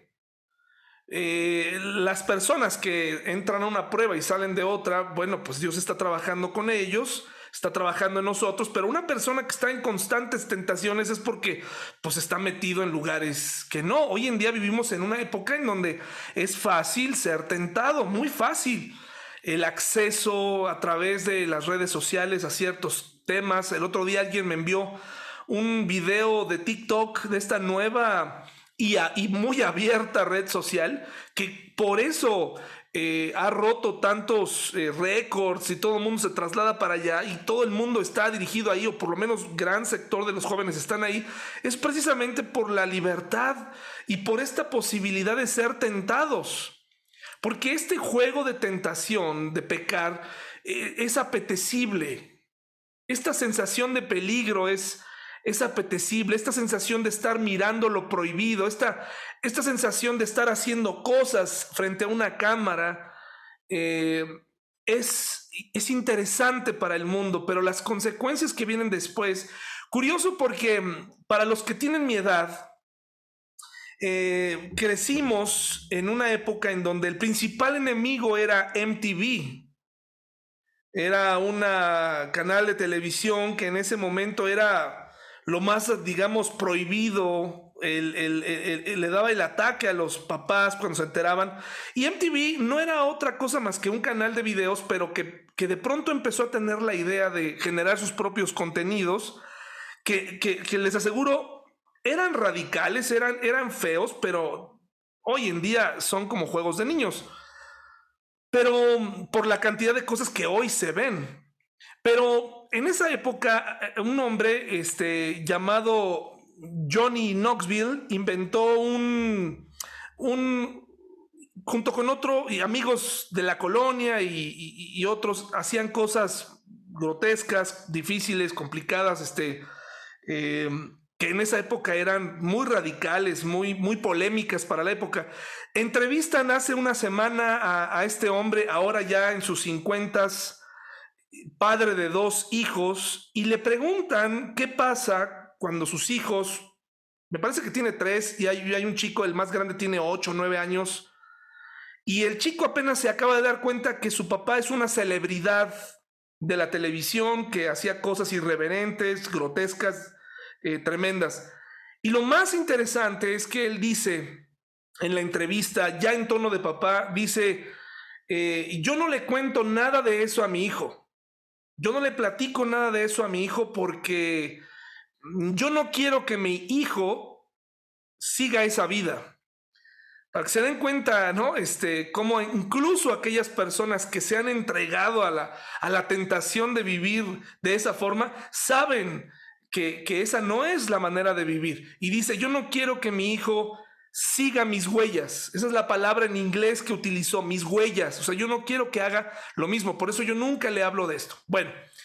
Eh, las personas que entran a una prueba y salen de otra, bueno, pues Dios está trabajando con ellos, está trabajando en nosotros, pero una persona que está en constantes tentaciones es porque pues está metido en lugares que no. Hoy en día vivimos en una época en donde es fácil ser tentado, muy fácil. El acceso a través de las redes sociales a ciertos temas. El otro día alguien me envió un video de TikTok de esta nueva y, a, y muy abierta red social que por eso eh, ha roto tantos eh, récords y todo el mundo se traslada para allá y todo el mundo está dirigido ahí, o por lo menos gran sector de los jóvenes están ahí. Es precisamente por la libertad y por esta posibilidad de ser tentados, porque este juego de tentación, de pecar, eh, es apetecible. Esta sensación de peligro es Es apetecible, esta sensación de estar mirando lo prohibido, esta, esta sensación de estar haciendo cosas frente a una cámara, eh, es, es interesante para el mundo, pero las consecuencias que vienen después, curioso porque para los que tienen mi edad, eh, crecimos en una época en donde el principal enemigo era M T V. Era un canal de televisión que en ese momento era lo más, digamos, prohibido. El, el, el, el, le daba el ataque a los papás cuando se enteraban. Y M T V no era otra cosa más que un canal de videos, pero que, que de pronto empezó a tener la idea de generar sus propios contenidos, que, que, que les aseguro, eran radicales, eran, eran feos, pero hoy en día son como juegos de niños. Pero por la cantidad de cosas que hoy se ven. Pero en esa época, un hombre este, llamado Johnny Knoxville inventó un, un, junto con otro, y amigos de la colonia y, y, y otros, hacían cosas grotescas, difíciles, complicadas, este, eh, que en esa época eran muy radicales, muy, muy polémicas para la época. Entrevistan hace una semana a, a este hombre, ahora ya en sus cincuentas, padre de dos hijos, y le preguntan qué pasa cuando sus hijos, me parece que tiene tres, y hay, hay un chico, el más grande tiene ocho, nueve años, y el chico apenas se acaba de dar cuenta que su papá es una celebridad de la televisión, que hacía cosas irreverentes, grotescas, eh, tremendas. Y lo más interesante es que él dice en la entrevista, ya en tono de papá, dice, eh, yo no le cuento nada de eso a mi hijo. Yo no le platico nada de eso a mi hijo porque yo no quiero que mi hijo siga esa vida. Para que se den cuenta, ¿no? Este, cómo incluso aquellas personas que se han entregado a la, a la tentación de vivir de esa forma, saben que, que esa no es la manera de vivir. Y dice, yo no quiero que mi hijo siga mis huellas. Esa es la palabra en inglés que utilizó, mis huellas. O sea, yo no quiero que haga lo mismo. Por eso yo nunca le hablo de esto. Bueno,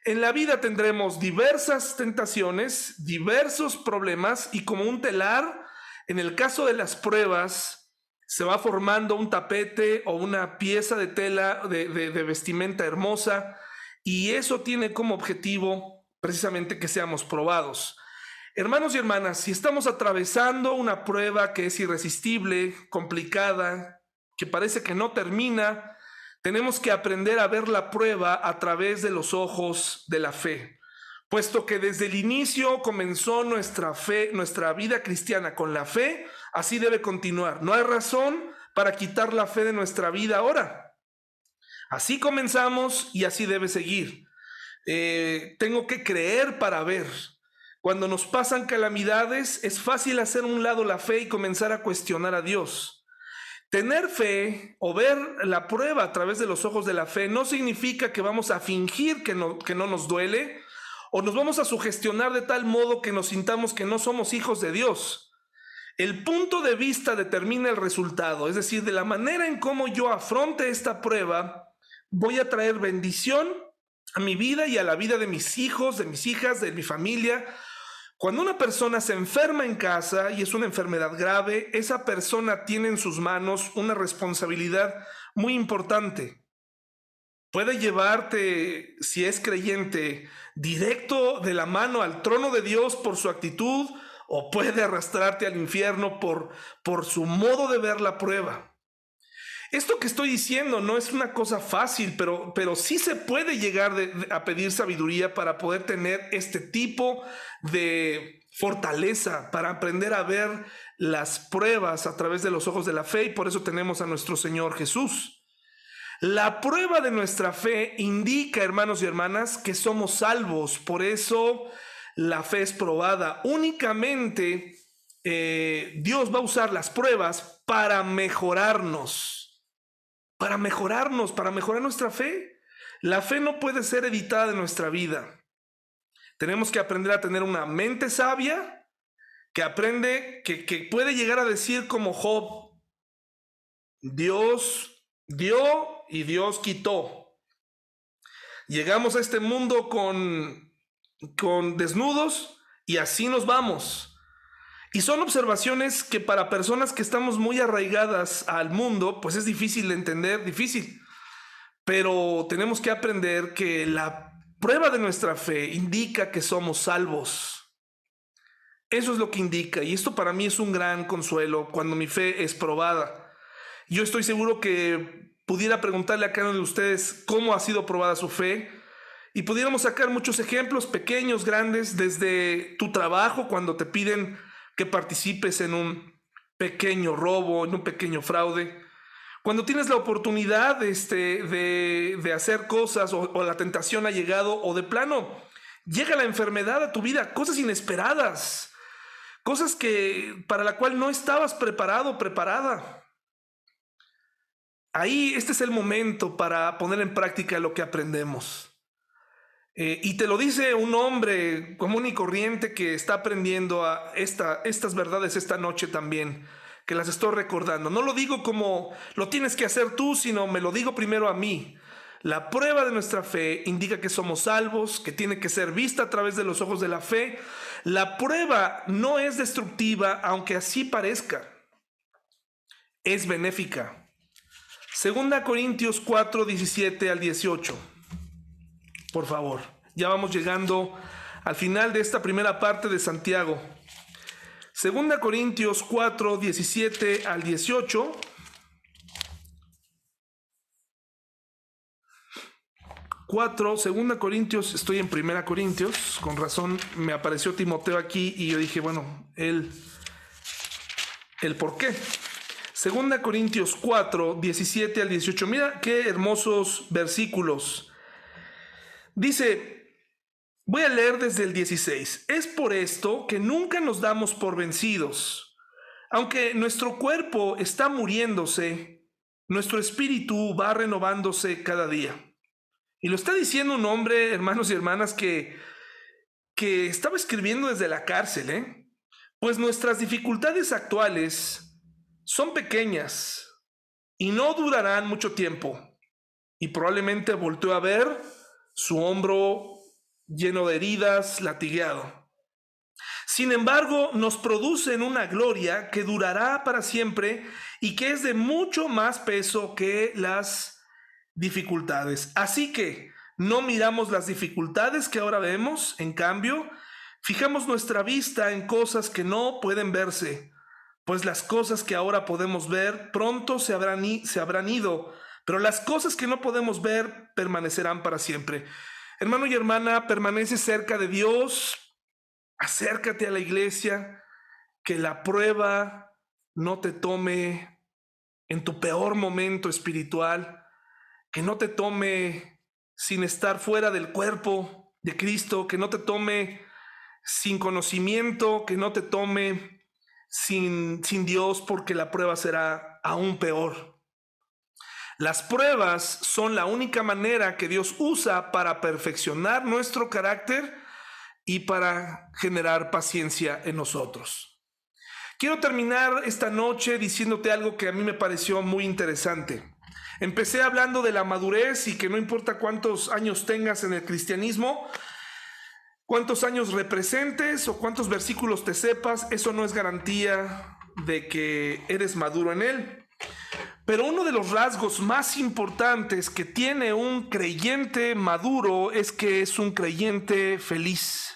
En la vida tendremos diversas tentaciones, diversos problemas y como un telar, en el caso de las pruebas, se va formando un tapete o una pieza de tela de, de, de vestimenta hermosa y eso tiene como objetivo precisamente que seamos probados. Hermanos y hermanas, si estamos atravesando una prueba que es irresistible, complicada, que parece que no termina, tenemos que aprender a ver la prueba a través de los ojos de la fe, puesto que desde el inicio comenzó nuestra fe, nuestra vida cristiana con la fe, así debe continuar. No hay razón para quitar la fe de nuestra vida ahora. Así comenzamos y así debe seguir. Eh, tengo que creer para ver. Cuando nos pasan calamidades, es fácil hacer a un lado la fe y comenzar a cuestionar a Dios. Tener fe o ver la prueba a través de los ojos de la fe no significa que vamos a fingir que no, que no nos duele o nos vamos a sugestionar de tal modo que nos sintamos que no somos hijos de Dios. El punto de vista determina el resultado, es decir, de la manera en cómo yo afronte esta prueba, voy a traer bendición a mi vida y a la vida de mis hijos, de mis hijas, de mi familia. Cuando una persona se enferma en casa y es una enfermedad grave, esa persona tiene en sus manos una responsabilidad muy importante. Puede llevarte, si es creyente, directo de la mano al trono de Dios por su actitud o puede arrastrarte al infierno por, por su modo de ver la prueba. Esto que estoy diciendo no es una cosa fácil, pero, pero sí se puede llegar de, de, a pedir sabiduría para poder tener este tipo de fortaleza, para aprender a ver las pruebas a través de los ojos de la fe, y por eso tenemos a nuestro Señor Jesús. La prueba de nuestra fe indica, hermanos y hermanas, que somos salvos. Por eso la fe es probada. Únicamente eh, Dios va a usar las pruebas para mejorarnos. Para mejorarnos, para mejorar nuestra fe. La fe no puede ser editada de nuestra vida. Tenemos que aprender a tener una mente sabia, que aprende, que, que puede llegar a decir como Job, Dios dio y Dios quitó. Llegamos a este mundo con, con desnudos y así nos vamos. Y son observaciones que para personas que estamos muy arraigadas al mundo, pues es difícil de entender, difícil. Pero tenemos que aprender que la prueba de nuestra fe indica que somos salvos. Eso es lo que indica, y esto para mí es un gran consuelo cuando mi fe es probada. Yo estoy seguro que pudiera preguntarle a cada uno de ustedes cómo ha sido probada su fe, y pudiéramos sacar muchos ejemplos, pequeños, grandes, desde tu trabajo, cuando te piden que participes en un pequeño robo, en un pequeño fraude. Cuando tienes la oportunidad este, de, de hacer cosas o, o la tentación ha llegado o de plano llega la enfermedad a tu vida, cosas inesperadas, cosas que para la cual no estabas preparado, preparada. Ahí este es el momento para poner en práctica lo que aprendemos. Eh, y te lo dice un hombre común y corriente que está aprendiendo a esta, estas verdades esta noche también, que las estoy recordando. No lo digo como lo tienes que hacer tú, sino me lo digo primero a mí. La prueba de nuestra fe indica que somos salvos, que tiene que ser vista a través de los ojos de la fe. La prueba no es destructiva, aunque así parezca. Es benéfica. Segunda Corintios cuatro, diecisiete al dieciocho. Por favor, ya vamos llegando al final de esta primera parte de Santiago. Segunda Corintios cuatro, diecisiete al dieciocho. cuatro, Segunda Corintios, estoy en Primera Corintios, con razón me apareció Timoteo aquí y yo dije, bueno, el, el por qué. Segunda Corintios cuatro, diecisiete al dieciocho. Mira qué hermosos versículos. Dice, voy a leer desde el dieciséis. Es por esto que nunca nos damos por vencidos. Aunque nuestro cuerpo está muriéndose, nuestro espíritu va renovándose cada día. Y lo está diciendo un hombre, hermanos y hermanas, que, que estaba escribiendo desde la cárcel, ¿eh? Pues nuestras dificultades actuales son pequeñas y no durarán mucho tiempo. Y probablemente volteó a ver su hombro lleno de heridas, latigueado. Sin embargo, nos producen una gloria que durará para siempre y que es de mucho más peso que las dificultades. Así que no miramos las dificultades que ahora vemos, en cambio, fijamos nuestra vista en cosas que no pueden verse, pues las cosas que ahora podemos ver pronto se habrán, se habrán ido, pero las cosas que no podemos ver permanecerán para siempre. Hermano y hermana, permanece cerca de Dios, acércate a la iglesia, que la prueba no te tome en tu peor momento espiritual, que no te tome sin estar fuera del cuerpo de Cristo, que no te tome sin conocimiento, que no te tome sin, sin Dios, porque la prueba será aún peor. Las pruebas son la única manera que Dios usa para perfeccionar nuestro carácter y para generar paciencia en nosotros. Quiero terminar esta noche diciéndote algo que a mí me pareció muy interesante. Empecé hablando de la madurez y que no importa cuántos años tengas en el cristianismo, cuántos años representes o cuántos versículos te sepas, eso no es garantía de que eres maduro en él. Pero uno de los rasgos más importantes que tiene un creyente maduro es que es un creyente feliz.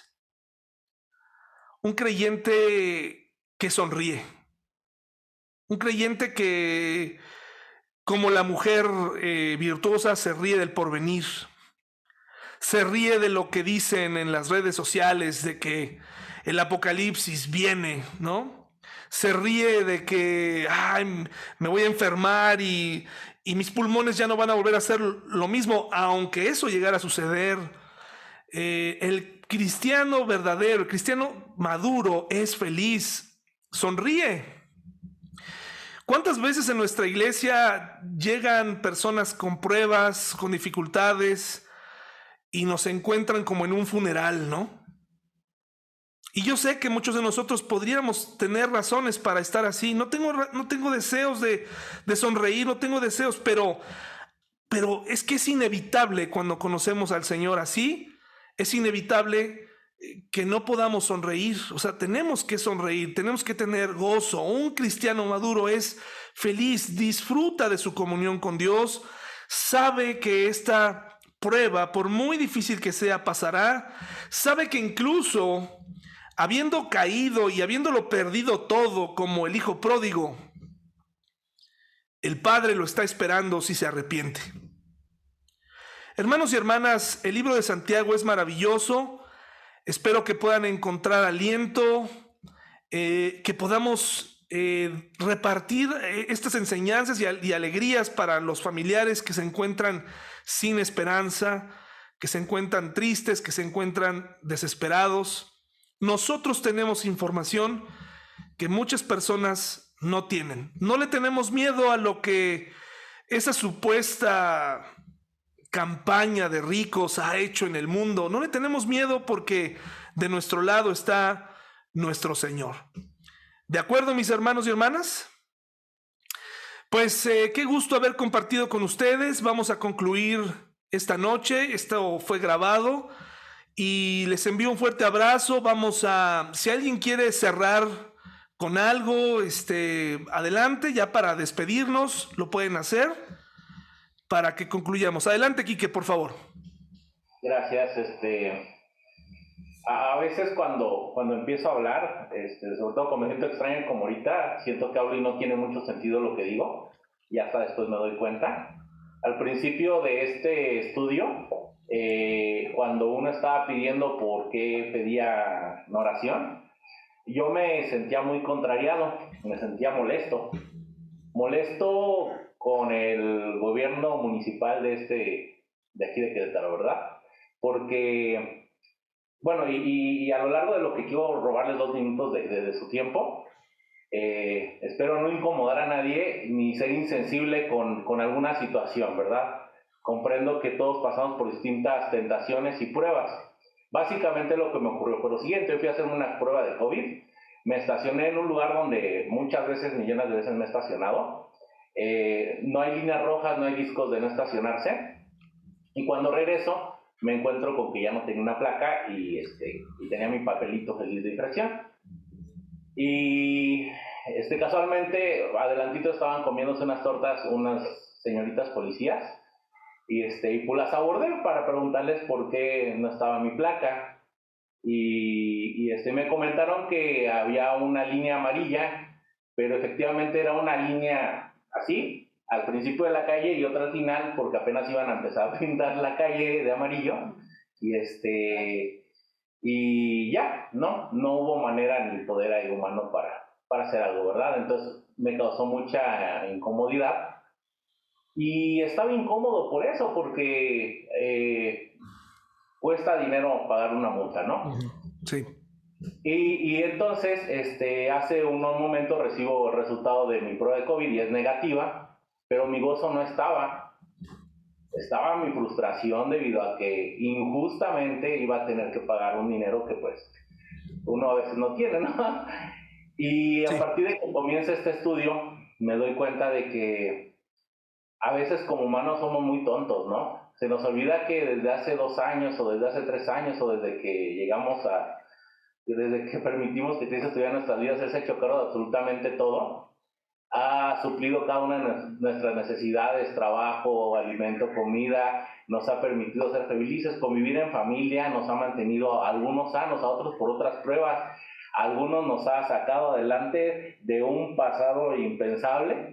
Un creyente que sonríe. Un creyente que, como la mujer eh, virtuosa, se ríe del porvenir. Se ríe de lo que dicen en las redes sociales, de que el apocalipsis viene, ¿no? Se ríe de que ay, me voy a enfermar y, y mis pulmones ya no van a volver a hacer lo mismo, aunque eso llegara a suceder. Eh, el cristiano verdadero, el cristiano maduro es feliz, sonríe. ¿Cuántas veces en nuestra iglesia llegan personas con pruebas, con dificultades y nos encuentran como en un funeral, ¿no? Y yo sé que muchos de nosotros podríamos tener razones para estar así. No tengo, no tengo deseos de, de sonreír, no tengo deseos, pero, pero es que es inevitable cuando conocemos al Señor así, es inevitable que no podamos sonreír. O sea, tenemos que sonreír, tenemos que tener gozo. Un cristiano maduro es feliz, disfruta de su comunión con Dios, sabe que esta prueba, por muy difícil que sea, pasará, sabe que incluso habiendo caído y habiéndolo perdido todo como el hijo pródigo, el Padre lo está esperando si se arrepiente. Hermanos y hermanas, el libro de Santiago es maravilloso. Espero que puedan encontrar aliento, eh, que podamos eh, repartir estas enseñanzas y, y alegrías para los familiares que se encuentran sin esperanza, que se encuentran tristes, que se encuentran desesperados. Nosotros tenemos información que muchas personas no tienen. No le tenemos miedo a lo que esa supuesta campaña de ricos ha hecho en el mundo. No le tenemos miedo porque de nuestro lado está nuestro Señor. ¿De acuerdo, mis hermanos y hermanas? Pues eh, qué gusto haber compartido con ustedes. Vamos a concluir esta noche. Esto fue grabado. Y les envío un fuerte abrazo. Vamos a, si alguien quiere cerrar con algo, este, adelante, ya para despedirnos, lo pueden hacer, para que concluyamos. Adelante, Quique, por favor. Gracias. Este, a, a veces cuando, cuando empiezo a hablar, este, sobre todo cuando me siento extraño como ahorita, siento que hablo y no tiene mucho sentido lo que digo, y hasta después me doy cuenta. Al principio de este estudio, Eh, cuando uno estaba pidiendo por qué pedía una oración, yo me sentía muy contrariado, me sentía molesto, molesto con el gobierno municipal de este, de aquí de Querétaro, ¿verdad? Porque, bueno, y, y a lo largo de lo que quiero robarles dos minutos de, de, de su tiempo, eh, espero no incomodar a nadie ni ser insensible con, con alguna situación, ¿verdad? Comprendo que todos pasamos por distintas tentaciones y pruebas. Básicamente lo que me ocurrió fue lo siguiente: yo fui a hacer una prueba de COVID, me estacioné en un lugar donde muchas veces, millones de veces me he estacionado, eh, no hay líneas rojas, no hay discos de no estacionarse, y cuando regreso me encuentro con que ya no tenía una placa y, este, y tenía mi papelito feliz de infracción. Y este, casualmente, adelantito estaban comiéndose unas tortas unas señoritas policías y, este, y pues las abordé para preguntarles por qué no estaba mi placa. Y, y este, me comentaron que había una línea amarilla, pero efectivamente era una línea así, al principio de la calle y otra al final, porque apenas iban a empezar a pintar la calle de amarillo. Y este... Y ya, no, no hubo manera ni poder ahí humano para, para hacer algo, ¿verdad? Entonces me causó mucha incomodidad y estaba incómodo por eso, porque eh, cuesta dinero pagar una multa, ¿no? Sí. Y, y entonces, este, hace unos momentos recibo el resultado de mi prueba de COVID y es negativa, pero mi gozo no estaba. Estaba mi frustración debido a que injustamente iba a tener que pagar un dinero que pues uno a veces no tiene, ¿no? Y a Sí. partir de que comienza este estudio me doy cuenta de que a veces como humanos somos muy tontos, ¿no? Se nos olvida que desde hace dos años o desde hace tres años o desde que llegamos a, desde que permitimos que Cristo estuviera en nuestras vidas, Él se ha hecho cargo de absolutamente todo. Ha suplido cada una de nuestras necesidades, trabajo, alimento, comida, nos ha permitido ser felices, convivir en familia, nos ha mantenido a algunos sanos, a otros por otras pruebas, a algunos nos ha sacado adelante de un pasado impensable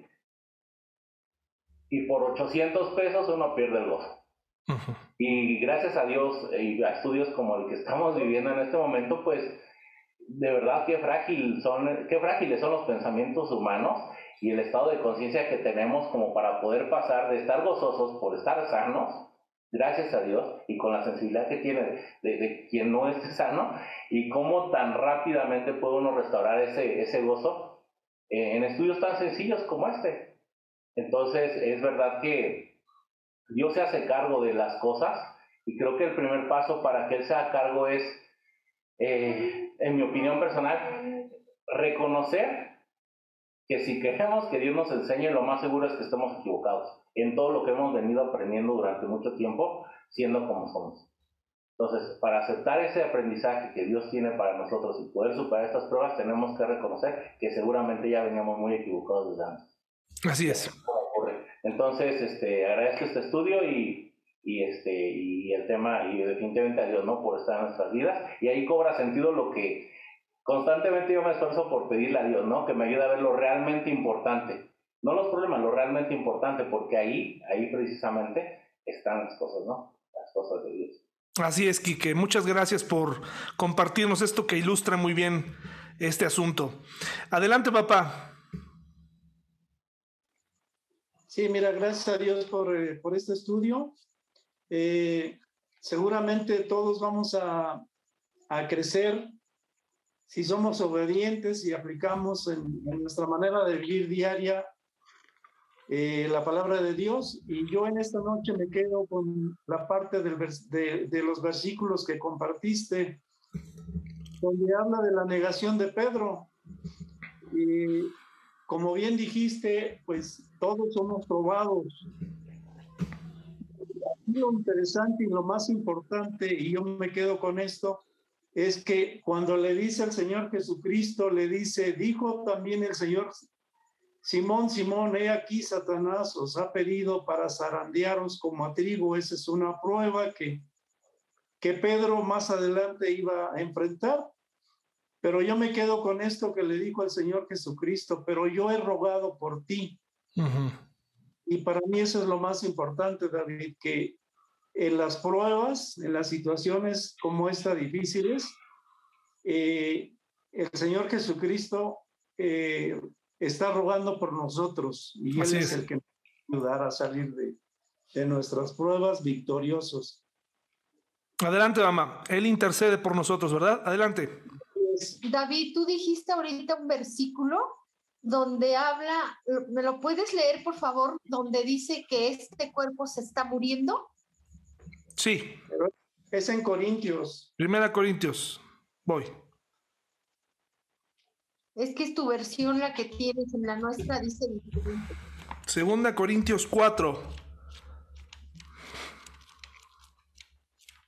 y por ochocientos pesos uno pierde el gozo. Uh-huh. Y gracias a Dios y a estudios como el que estamos viviendo en este momento, pues de verdad qué frágil son, qué frágiles son los pensamientos humanos y el estado de conciencia que tenemos como para poder pasar de estar gozosos por estar sanos, gracias a Dios, y con la sensibilidad que tiene de, de quien no esté sano, y cómo tan rápidamente puede uno restaurar ese, ese gozo eh, en estudios tan sencillos como este. Entonces es verdad que Dios se hace cargo de las cosas y creo que el primer paso para que Él se haga cargo es, eh, en mi opinión personal, reconocer que si queremos que Dios nos enseñe, lo más seguro es que estemos equivocados en todo lo que hemos venido aprendiendo durante mucho tiempo, siendo como somos. Entonces, para aceptar ese aprendizaje que Dios tiene para nosotros y poder superar estas pruebas, tenemos que reconocer que seguramente ya veníamos muy equivocados desde antes. Así es. Entonces, este, agradezco este estudio y, y, este, y el tema, y definitivamente a Dios, ¿no?, por estar en nuestras vidas. Y ahí cobra sentido lo que constantemente yo me esfuerzo por pedirle a Dios, ¿no?, que me ayude a ver lo realmente importante. No los problemas, lo realmente importante, porque ahí, ahí precisamente están las cosas, ¿no? Las cosas de Dios. Así es, Quique. Muchas gracias por compartirnos esto que ilustra muy bien este asunto. Adelante, papá. Sí, mira, gracias a Dios por, eh, por este estudio. Eh, seguramente todos vamos a, a crecer si somos obedientes y aplicamos en, en nuestra manera de vivir diaria eh, la palabra de Dios. Y yo en esta noche me quedo con la parte del vers- de, de los versículos que compartiste, donde habla de la negación de Pedro. Y como bien dijiste, pues todos somos probados. Lo interesante y lo más importante, y yo me quedo con esto, es que cuando le dice al Señor Jesucristo, le dice, dijo también el Señor, Simón, Simón, he aquí Satanás os ha pedido para zarandearos como a trigo. Esa es una prueba que, que Pedro más adelante iba a enfrentar. Pero yo me quedo con esto que le dijo el Señor Jesucristo, pero yo he rogado por ti. Uh-huh. Y para mí eso es lo más importante, David, que en las pruebas, en las situaciones como esta difíciles, eh, el Señor Jesucristo eh, está rogando por nosotros y Así Él es, es el que nos va a ayudar a salir de, de nuestras pruebas victoriosos. Adelante, mamá. Él intercede por nosotros, ¿verdad? Adelante. David, tú dijiste ahorita un versículo donde habla, ¿me lo puedes leer, por favor? Donde dice que este cuerpo se está muriendo. Sí. Es en Corintios. Primera Corintios. Voy. Es que es tu versión la que tienes, en la nuestra dice... Segunda Corintios cuatro.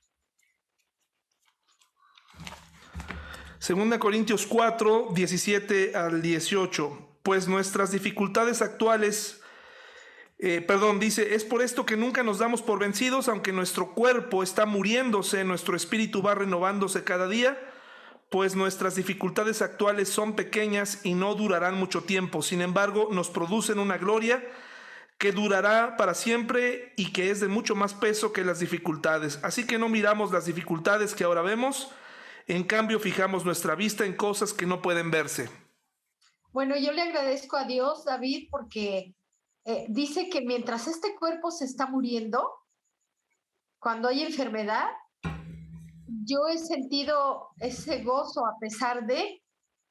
Segunda Corintios cuatro, diecisiete al dieciocho. Pues nuestras dificultades actuales, eh, perdón, dice, es por esto que nunca nos damos por vencidos, aunque nuestro cuerpo está muriéndose, nuestro espíritu va renovándose cada día, pues nuestras dificultades actuales son pequeñas y no durarán mucho tiempo. Sin embargo, nos producen una gloria que durará para siempre y que es de mucho más peso que las dificultades. Así que no miramos las dificultades que ahora vemos, en cambio fijamos nuestra vista en cosas que no pueden verse. Bueno, yo le agradezco a Dios, David, porque eh, dice que mientras este cuerpo se está muriendo, cuando hay enfermedad, yo he sentido ese gozo a pesar de,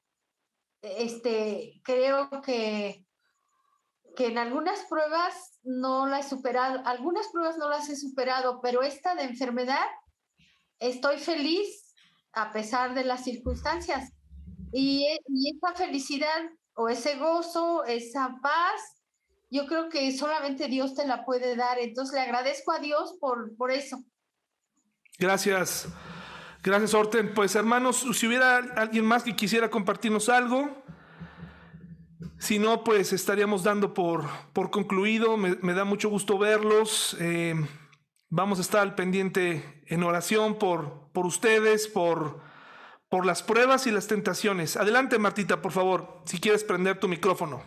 este, creo que que en algunas pruebas no la he superado, algunas pruebas no las he superado, pero esta de enfermedad estoy feliz a pesar de las circunstancias. Y, y esa felicidad o ese gozo, esa paz, yo creo que solamente Dios te la puede dar. Entonces le agradezco a Dios por, por eso. Gracias. Gracias, Orten. Pues hermanos, si hubiera alguien más que quisiera compartirnos algo, si no, pues estaríamos dando por, por concluido. Me, me da mucho gusto verlos. Eh, vamos a estar al pendiente en oración por, por ustedes, por, por las pruebas y las tentaciones. Adelante, Martita, por favor, si quieres prender tu micrófono.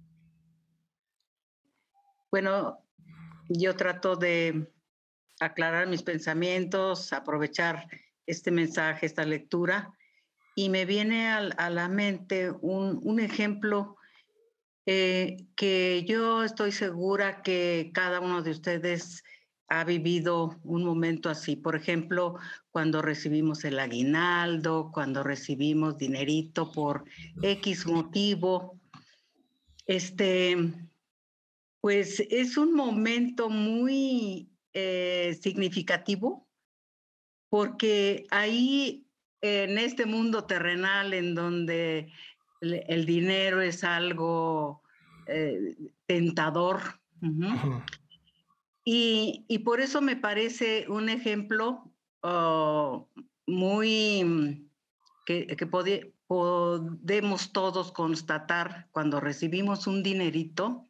Bueno, yo trato de aclarar mis pensamientos, aprovechar este mensaje, esta lectura, y me viene a, a la mente un, un ejemplo Eh, que yo estoy segura que cada uno de ustedes ha vivido un momento así. Por ejemplo, cuando recibimos el aguinaldo, cuando recibimos dinerito por X motivo, este, pues es un momento muy eh, significativo, porque ahí en este mundo terrenal en donde el dinero es algo eh, tentador. Uh-huh. Uh-huh. Y, y por eso me parece un ejemplo uh, muy que, que pode, podemos todos constatar cuando recibimos un dinerito.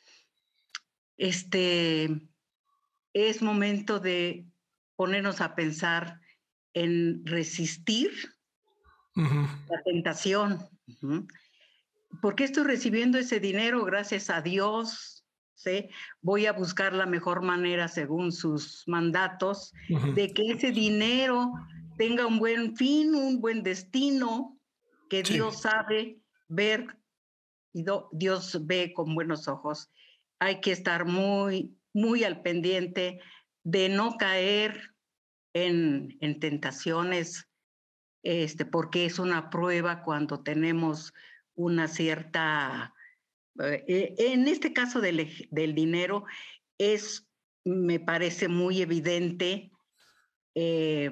Este, es momento de ponernos a pensar en resistir uh-huh. la tentación. Uh-huh. ¿Por qué estoy recibiendo ese dinero? Gracias a Dios, ¿sí? Voy a buscar la mejor manera según sus mandatos uh-huh. de que ese dinero tenga un buen fin, un buen destino, que sí. Dios sabe ver y do, Dios ve con buenos ojos. Hay que estar muy, muy al pendiente de no caer en, en tentaciones, Este, porque es una prueba cuando tenemos una cierta, eh, en este caso del, del dinero, es, me parece muy evidente eh,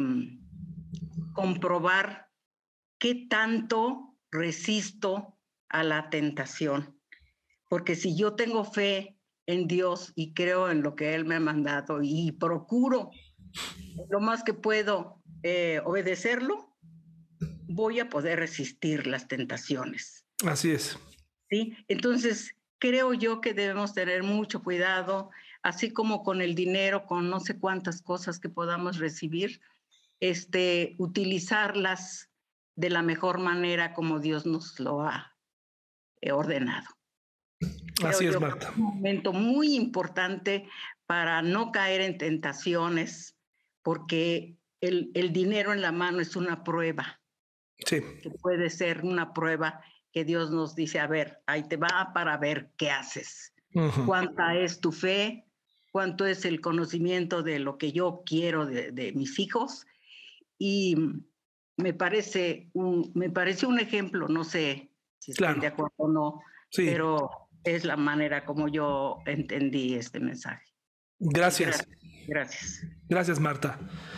comprobar qué tanto resisto a la tentación. Porque si yo tengo fe en Dios y creo en lo que Él me ha mandado y procuro lo más que puedo eh, obedecerlo, voy a poder resistir las tentaciones. Así es. ¿Sí? Entonces, creo yo que debemos tener mucho cuidado, así como con el dinero, con no sé cuántas cosas que podamos recibir, este, utilizarlas de la mejor manera como Dios nos lo ha ordenado. Creo así es, yo Marta. Que es un momento muy importante para no caer en tentaciones, porque el, el dinero en la mano es una prueba. Sí. Que puede ser una prueba que Dios nos dice, a ver, ahí te va para ver qué haces. Uh-huh. Cuánta es tu fe, cuánto es el conocimiento de lo que yo quiero de, de mis hijos. Y me parece, un, me parece un ejemplo, no sé si están claro. de acuerdo o no, sí. pero es la manera como yo entendí este mensaje. Gracias. Gracias, gracias. Gracias, Marta.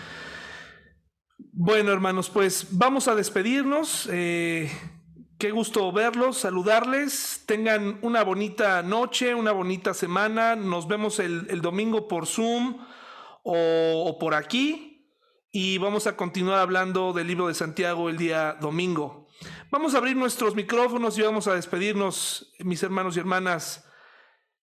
Bueno, hermanos, pues vamos a despedirnos. Eh, qué gusto verlos, saludarles. Tengan una bonita noche, una bonita semana. Nos vemos el, el domingo por Zoom o, o por aquí. y vamos a continuar hablando del libro de Santiago el día domingo. Vamos a abrir nuestros micrófonos y vamos a despedirnos, mis hermanos y hermanas,